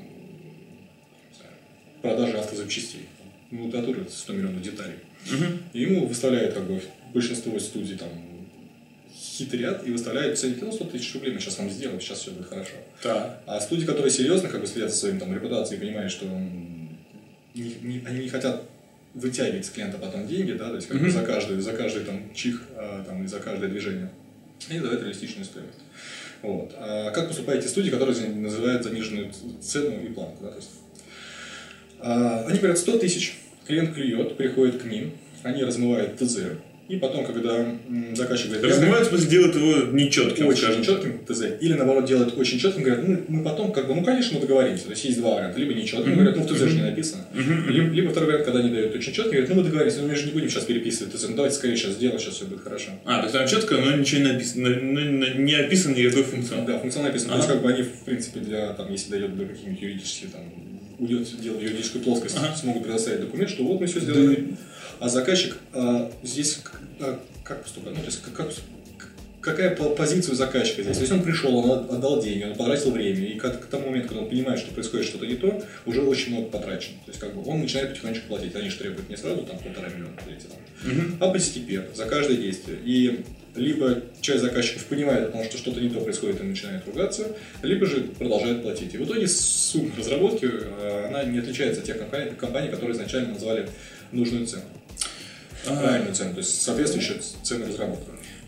Speaker 2: продажи автозапчастей. Ну, натуры сто миллионов деталей. Mm-hmm. И ему выставляют как бы большинство студий там хитрят и выставляют цены, ну, сто тысяч рублей мы сейчас вам сделаем, сейчас все будет хорошо.
Speaker 1: Да.
Speaker 2: А студии, которые серьезно как бы следят за своим там репутацией и понимают, что не, не, они не хотят вытягивать с клиента потом деньги, да, то есть как mm-hmm. бы за каждый, за каждый там чих а, там, и за каждое движение. Они дают реалистичную стоимость. Вот. А как поступают те студии, которые называют заниженную цену и планку, да, то есть, а, они говорят сто тысяч, клиент клюет, приходит к ним, они размывают ТЗ. И потом, когда м, заказчик говорит...
Speaker 1: Размывают, в смысле, делают его нечетким.
Speaker 2: Очень нечетким ТЗ. Или, наоборот, делают очень четким, говорят, ну, мы потом, как бы, ну, конечно, мы договоримся. То есть, есть два варианта. Либо нечетким, mm-hmm. говорят, ну, в ТЗ же не написано. Mm-hmm. Либо, либо второй вариант, когда они дают очень четко, говорят, ну, мы договоримся, но мы же не будем сейчас переписывать ТЗ. Ну, давайте скорее сейчас сделаем, сейчас все будет хорошо.
Speaker 1: А, то есть, там четко, но ничего не написано, не описан никакой функционал.
Speaker 2: Да, функционал написан. Ага. То есть, как бы, они, в принципе, для, там, если дает до каких-нибудь юридических, там, уйдет дело в юридическую плоскость, ага. смогут предоставить документ, что вот мы все сделали. Да. А заказчик а, здесь а, как поступает? Ну, то есть, как, как, какая позиция у заказчика здесь? То есть он пришел, он отдал деньги, он потратил время, и к, к тому моменту, когда он понимает, что происходит что-то не то, уже очень много потрачено. То есть как бы он начинает потихонечку платить. Они же требуют не сразу там полтора миллиона платить, угу. а постепенно, за каждое действие. И либо часть заказчиков понимает о том, что что-то не то происходит и начинает ругаться, либо же продолжает платить. И в итоге сумма разработки она не отличается от тех компаний, компаний, которые изначально назвали нужную цену. Правильную цену, то есть соответствующую цену разработки.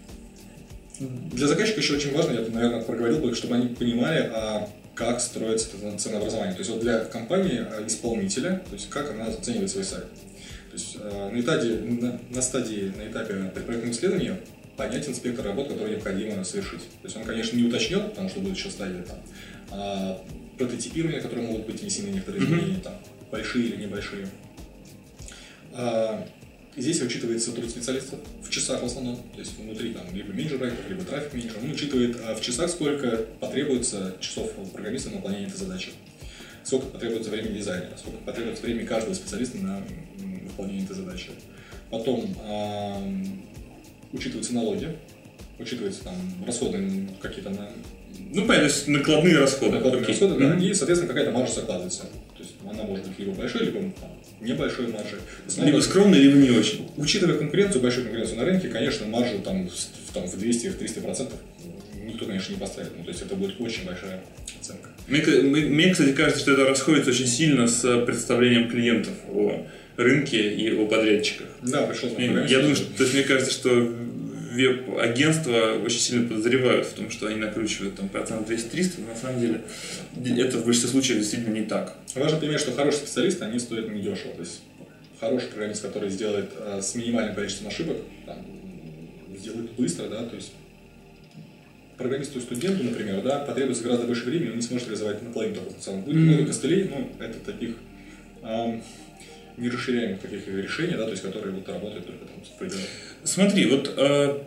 Speaker 2: Для заказчика еще очень важно, я, наверное, проговорил, чтобы они понимали, а как строится это ценообразование. То есть вот для компании-исполнителя, то есть как она оценивает свой сайт. То есть на этапе, на, на стадии, на этапе предпроектного исследования понятен спектр работ, который необходимо совершить. То есть он, конечно, не уточнен, потому что будет еще стадия там, а прототипирования, которые могут быть внесены некоторые изменения, mm-hmm. там, большие или небольшие. А, Здесь учитывается труд специалистов в часах в основном, то есть внутри там либо менеджер проектов, либо трафик менеджер. Он учитывает в часах, сколько потребуется часов программиста на выполнение этой задачи, сколько потребуется времени дизайнера, сколько потребуется времени каждого специалиста на выполнение этой задачи. Потом э, учитываются налоги, учитываются там расходы какие-то на...
Speaker 1: Ну, понятно, то есть накладные расходы.
Speaker 2: Накладные расходы, да, и, соответственно, какая-то маржа закладывается. То есть она может быть либо большой, либо там, небольшой маржей.
Speaker 1: Либо скромной, либо не очень.
Speaker 2: Учитывая конкуренцию, большую конкуренцию на рынке, конечно, маржу там, там в двести-триста процентов никто, конечно, не поставит. Ну, то есть это будет очень большая оценка.
Speaker 1: Мне, мне, кстати, кажется, что это расходится очень сильно с представлением клиентов о рынке и о подрядчиках.
Speaker 2: Да, пришлось.
Speaker 1: Я, я думаю, что, то есть, мне кажется, что веб-агентства очень сильно подозревают в том, что они накручивают там процент двести-триста, но на самом деле это в большинстве случаев действительно не так.
Speaker 2: Важно понимать, что хорошие специалисты, они стоят недешево. То есть хороший программист, который сделает а, с минимальным количеством ошибок, там, сделает быстро, да, то есть программисту и студенту, например, да, потребуется гораздо больше времени, он не сможет реализовать наполовину такого потенциала. Будет много mm-hmm. костылей, но это таких а, нерасширяемых таких решений, да, то есть которые вот работают только там с пределом.
Speaker 1: Смотри, вот э,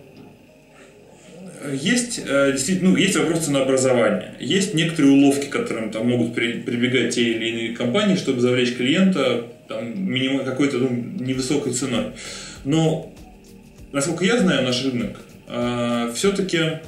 Speaker 1: есть э, действительно, ну, есть вопрос ценообразования, есть некоторые уловки, к которым там могут при, прибегать те или иные компании, чтобы завлечь клиента там, минимум, какой-то ну, невысокой ценой. Но, насколько я знаю наш рынок, э, все-таки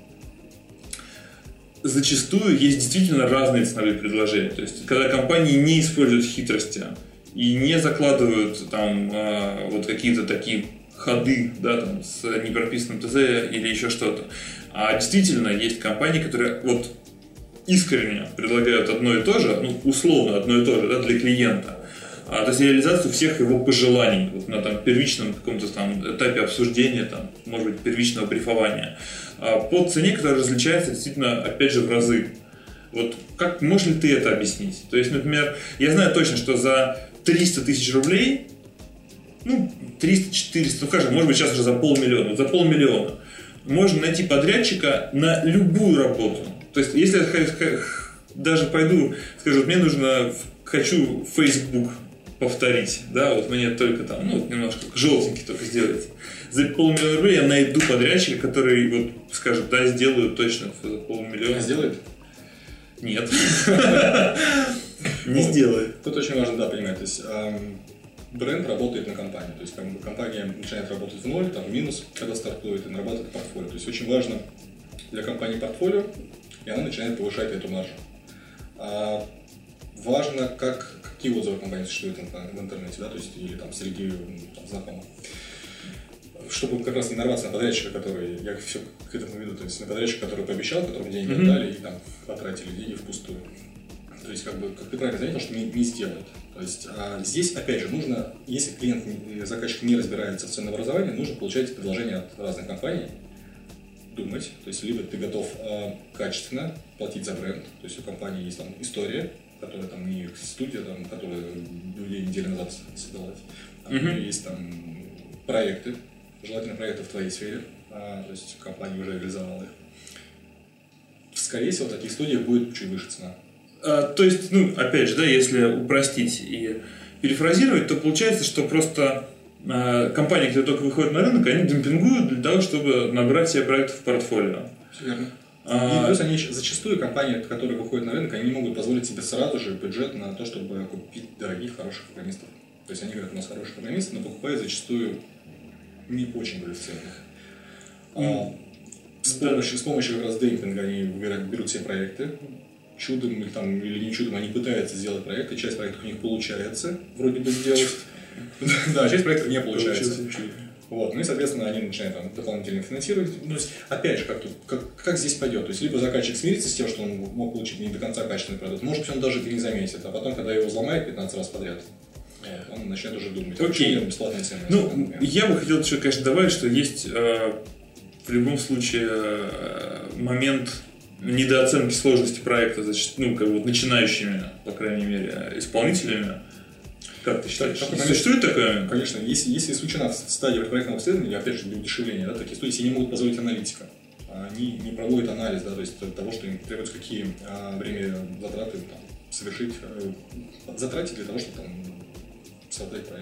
Speaker 1: зачастую есть действительно разные ценовые предложения. То есть, когда компании не используют хитрости и не закладывают там э, вот какие-то такие ходы, да, там, с непрописанным ТЗ или еще что-то. А действительно есть компании, которые вот искренне предлагают одно и то же, ну, условно одно и то же, да, для клиента. А, то есть реализацию всех его пожеланий вот, на там, первичном каком-то там этапе обсуждения, там, может быть, первичного брифования, а, по цене, которая различается действительно, опять же, в разы. Вот как, можешь ли ты это объяснить? То есть, например, я знаю точно, что за триста тысяч рублей, ну, триста-четыреста, ну, скажем, может быть, сейчас уже за полмиллиона, вот за полмиллиона можно найти подрядчика на любую работу. То есть, если я даже пойду, скажу, мне нужно, хочу Facebook повторить, да, вот мне только там, ну, немножко желтенький только сделать. За полмиллиона рублей я найду подрядчика, который вот скажет, да, сделаю точно за полмиллиона.
Speaker 2: Сделает?
Speaker 1: Нет. Не сделает.
Speaker 2: Тут очень важно, да, понимать, то есть бренд работает на компании, то есть компания начинает работать в ноль, там в минус, когда стартует, и нарабатывает портфолио. То есть очень важно для компании портфолио, и она начинает повышать эту маржу. А важно, как, какие отзывы компании существуют в интернете, да, то есть или там среди там, знакомых. Чтобы как раз не нарваться на подрядчика, который, я все к этому веду, то есть на подрядчика, который пообещал, которому деньги mm-hmm. отдали и там потратили деньги впустую. То есть, как бы, как ты правильно заметил, что не, не сделают. То есть, а здесь, опять же, нужно, если клиент, заказчик не разбирается в ценообразовании, нужно получать предложения от разных компаний, думать. То есть, либо ты готов а, качественно платить за бренд, то есть, у компании есть там история, которая там не студия, там, которая две недели назад создалась, а mm-hmm. у нее есть там проекты, желательно проекты в твоей сфере, а, то есть, компания уже реализовала их. Скорее всего, в таких студиях будет чуть выше цена.
Speaker 1: То есть, ну, опять же, да, если упростить и перефразировать, то получается, что просто э, компании, которые только выходят на рынок, они демпингуют для того, чтобы набрать себе проектов в портфолио.
Speaker 2: Все верно. А... И плюс они зачастую компании, которые выходят на рынок, они не могут позволить себе сразу же бюджет на то, чтобы купить дорогих, хороших программистов. То есть они говорят, у нас хорошие программисты, но покупают зачастую не очень квалифицированных. Mm. А, с, помощью, с помощью как раз демпинга они берут все проекты. Чудом или, там, или не чудом они пытаются сделать проекты, часть проектов у них получается вроде бы сделать, да, часть проектов не получается. Вот, ну и, соответственно, они начинают там, дополнительно финансировать. Ну, то есть, опять же, как, тут, как, как здесь пойдет. То есть, либо заказчик смирится с тем, что он мог получить не до конца качественный продукт, может быть, он даже это не заметит, а потом, когда его взломает пятнадцать раз подряд, вот, он начнет уже думать,
Speaker 1: окей,
Speaker 2: бесплатные цены.
Speaker 1: Ну, я бы хотел еще, конечно, добавить, что есть э, в любом случае э, момент недооценки сложности проекта, ну, как бы начинающими, по крайней мере, исполнителями. Как ты считаешь?
Speaker 2: Так,
Speaker 1: существует такое?
Speaker 2: Конечно, если, если исключена в стадии проектного обследования, опять же, для удешевления, да, такие студии не могут позволить аналитика. Они не проводят анализ, да, то есть того, что им требуется, какие а, время затраты там, совершить, а, затратить для того, чтобы там, создать проект.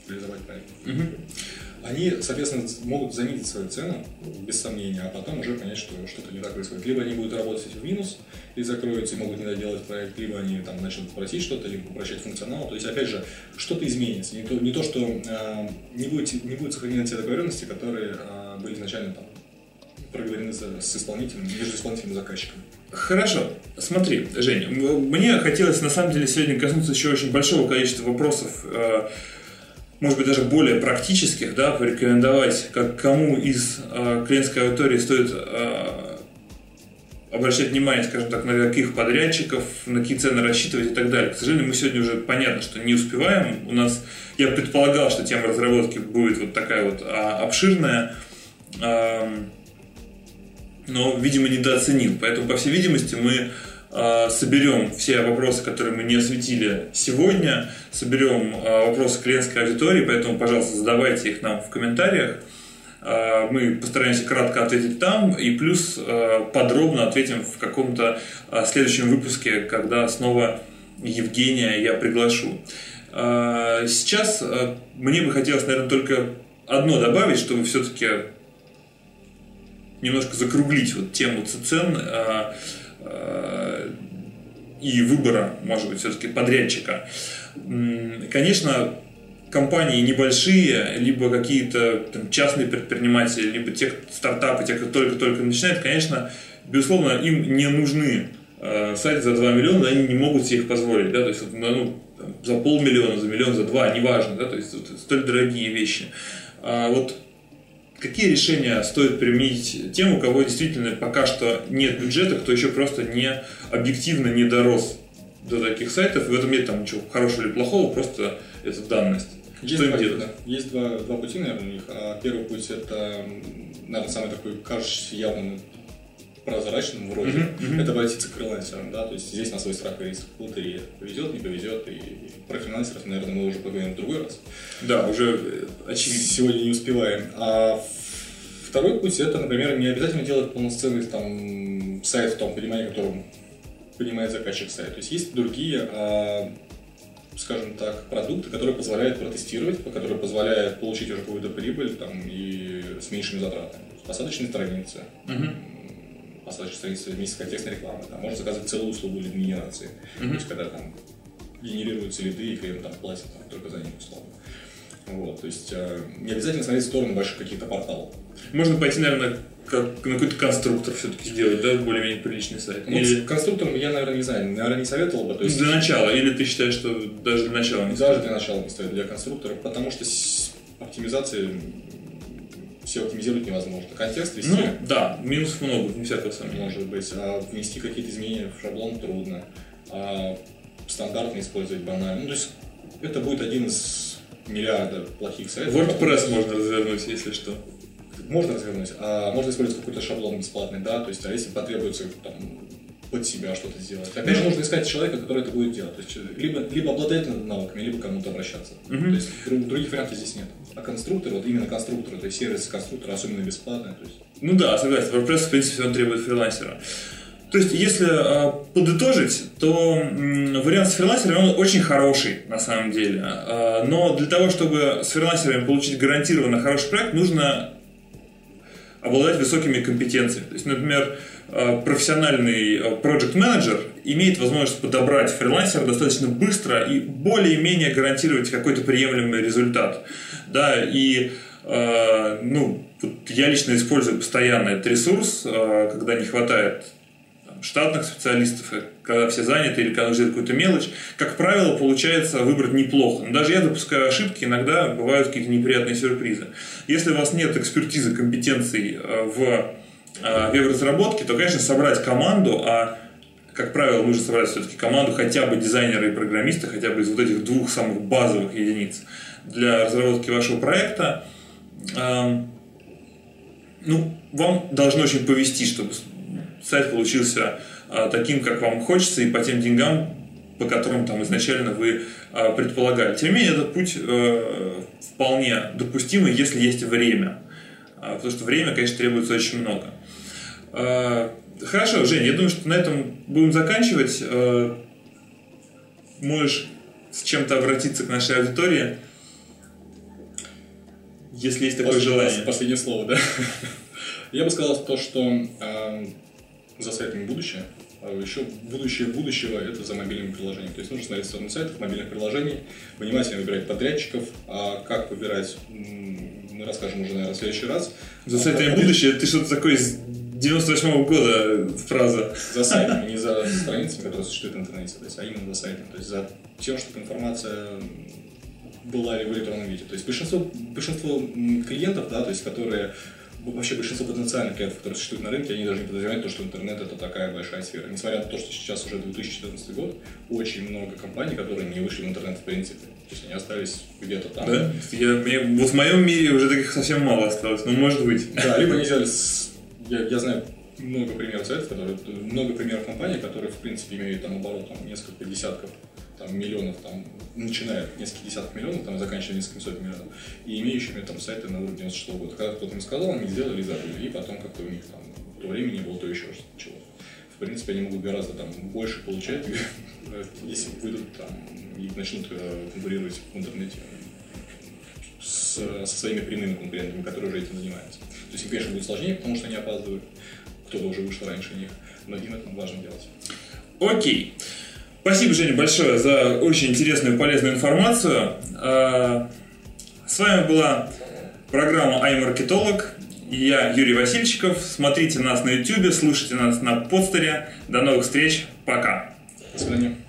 Speaker 2: реализовать проект.
Speaker 1: Угу.
Speaker 2: Они, соответственно, могут занизить свою цену, без сомнения, а потом уже понять, что что-то не так происходит. Либо они будут работать в минус и закроются, и могут не доделать проект, либо они там начнут просить что-то, либо упрощать функционал. То есть, опять же, что-то изменится. Не то, не то что э, не, будет, не будет сохранены те договоренности, которые э, были изначально там проговорены с исполнителем, между исполнителем и заказчиком.
Speaker 1: Хорошо. Смотри, Женя, мне хотелось на самом деле сегодня коснуться еще очень большого количества вопросов, э, может быть, даже более практических, да, порекомендовать, как кому из э, клиентской аудитории стоит э, обращать внимание, скажем так, на каких подрядчиков, на какие цены рассчитывать и так далее. К сожалению, мы сегодня уже понятно, что не успеваем. У нас, я предполагал, что тема разработки будет вот такая вот а, обширная, а, но, видимо, недооценил. Поэтому, по всей видимости, мы соберем все вопросы, которые мы не осветили сегодня, соберем вопросы клиентской аудитории, поэтому, пожалуйста, задавайте их нам в комментариях. Мы постараемся кратко ответить там и плюс подробно ответим в каком-то следующем выпуске, когда снова Евгения я приглашу. Сейчас мне бы хотелось, наверное, только одно добавить, чтобы все-таки немножко закруглить вот тему цен и выбора, может быть, все-таки подрядчика. Конечно, компании небольшие, либо какие-то там частные предприниматели, либо те стартапы, те, кто только-только начинает, конечно, безусловно, им не нужны э, сайты за два миллиона, они не могут себе их позволить, да, то есть ну, за полмиллиона, за миллион, за два, неважно, да, то есть вот, столь дорогие вещи. А вот какие решения стоит применить тем, у кого действительно пока что нет бюджета, кто еще просто не объективно не дорос до таких сайтов, в этом нет там ничего хорошего или плохого, просто это данность.
Speaker 2: Есть
Speaker 1: что
Speaker 2: два,
Speaker 1: им делать?
Speaker 2: Да. Есть два, два пути, наверное, у них. Первый путь это, наверное, самый такой, кажущийся явным прозрачным вроде. Uh-huh, uh-huh. Это обратиться к фрилансерам, да, то есть здесь на свой страх и риск лотерея. Повезет, не повезет, и про фрилансеров, наверное, мы уже поговорим в другой раз.
Speaker 1: Да, уже очевидно.
Speaker 2: Сегодня не успеваем. А второй путь это, например, не обязательно делать полноценный там сайт в том понимании, которым понимает заказчик сайт. То есть есть другие, скажем так, продукты, которые позволяют протестировать, которые позволяют получить уже какую-то прибыль там, и с меньшими затратами. Посадочные страницы. Uh-huh. Посадочные страницы вместе с контекстной рекламой. Там можно заказывать целую услугу лид-генерации. Uh-huh. То есть, когда там генерируются лиды, и клиент там платит там, только за них условно. Вот, то есть э, не обязательно смотреть в сторону больших каких-то порталов.
Speaker 1: Можно пойти, наверное, как, на какой-то конструктор все-таки сделать, да, более-менее приличный сайт.
Speaker 2: Ну, или... Конструктором я, наверное, не знаю, наверное, не советовал бы. То есть...
Speaker 1: Для начала, или ты считаешь, что даже для начала не стоит?
Speaker 2: Даже для начала не стоит, для конструктора, потому что оптимизации все оптимизировать невозможно. Контекст вести...
Speaker 1: Ну, да, минусов много, не всякого сомнения.
Speaker 2: Может быть, а внести какие-то изменения в шаблон трудно, а стандартно использовать банально. Ну, то есть это будет один из миллиарда плохих сайтов.
Speaker 1: WordPress можно развернуть, если что.
Speaker 2: Можно развернуть, а можно использовать какой-то шаблон бесплатный, да, то есть, а если потребуется там, под себя что-то сделать. Опять же, нужно искать человека, который это будет делать. То есть, либо, либо обладает навыками, либо кому-то обращаться. Uh-huh. То есть, других вариантов здесь нет. А конструктор, вот именно конструктор, то есть сервисы конструктора, особенно бесплатные. То есть...
Speaker 1: Ну да, согласен, WordPress, в принципе, он требует фрилансера. То есть, если э, подытожить, то э, вариант с фрилансерами, он очень хороший, на самом деле. Э, но для того, чтобы с фрилансерами получить гарантированно хороший проект, нужно обладать высокими компетенциями. То есть, например, э, профессиональный проект-менеджер имеет возможность подобрать фрилансера достаточно быстро и более-менее гарантировать какой-то приемлемый результат. Да, и э, ну, я лично использую постоянно этот ресурс, э, когда не хватает штатных специалистов, когда все заняты или когда нужно какую-то мелочь, как правило, получается выбрать неплохо. Но даже я допускаю ошибки, иногда бывают какие-то неприятные сюрпризы. Если у вас нет экспертизы, компетенций в веб-разработке, то, конечно, собрать команду, а, как правило, нужно собрать все-таки команду хотя бы дизайнера и программиста, хотя бы из вот этих двух самых базовых единиц для разработки вашего проекта, ну, вам должно очень повезти, чтобы сайт получился а, таким, как вам хочется, и по тем деньгам, по которым там изначально вы а, предполагали. Тем не менее, этот путь а, вполне допустимый, если есть время. А, потому что время, конечно, требуется очень много. А, хорошо, Жень, я думаю, что на этом будем заканчивать. А, можешь с чем-то обратиться к нашей аудитории. Если есть такое
Speaker 2: Последнее,
Speaker 1: желание.
Speaker 2: Последнее слово, да. Я бы сказал то, что э, за сайтами будущее, а еще будущее будущего – это за мобильными приложениями. То есть нужно смотреть сторону сайтов, мобильных приложений, внимательно выбирать подрядчиков, а как выбирать, мы расскажем уже, наверное, в следующий раз.
Speaker 1: За сайтами будущее – ты что-то такое из девяносто восьмого года фраза.
Speaker 2: За сайтами, не за страницами, которые существуют в интернете, то есть, а именно за сайтами. То есть за тем, чтобы информация была в электронном виде. То есть большинство, большинство клиентов, да, то есть которые вообще большинство потенциальных клиентов, которые существуют на рынке, они даже не подозревают то, что интернет это такая большая сфера. Несмотря на то, что сейчас уже две тысячи четырнадцатый год, очень много компаний, которые не вышли в интернет в принципе. То есть они остались где-то там.
Speaker 1: Да? Я, я, вот в моем мире уже таких совсем мало осталось, но может быть.
Speaker 2: Да, либо они взяли, я, я знаю много примеров сайтов, которые, много примеров компаний, которые в принципе имеют там оборот там, несколько десятков там, миллионов, там, начиная от нескольких десятков миллионов, там, заканчивая несколькими сотнями миллионов, и имеющими там сайты на уровне девяносто шестого года. Когда кто-то им сказал, они сделали и забыли, и потом как-то у них там в то время не было, то еще чего-то. В принципе, они могут гораздо там больше получать, если выйдут там и начнут конкурировать в интернете с, со своими прямыми конкурентами, которые уже этим занимаются. То есть им, конечно, будет сложнее, потому что они опаздывают, кто-то уже вышел раньше них, но им это важно делать.
Speaker 1: Окей. Спасибо, Женя, большое за очень интересную и полезную информацию. С вами была программа iMarketolog. И я, Юрий Васильчиков. Смотрите нас на YouTube, слушайте нас на подстере. До новых встреч. Пока.
Speaker 2: До свидания.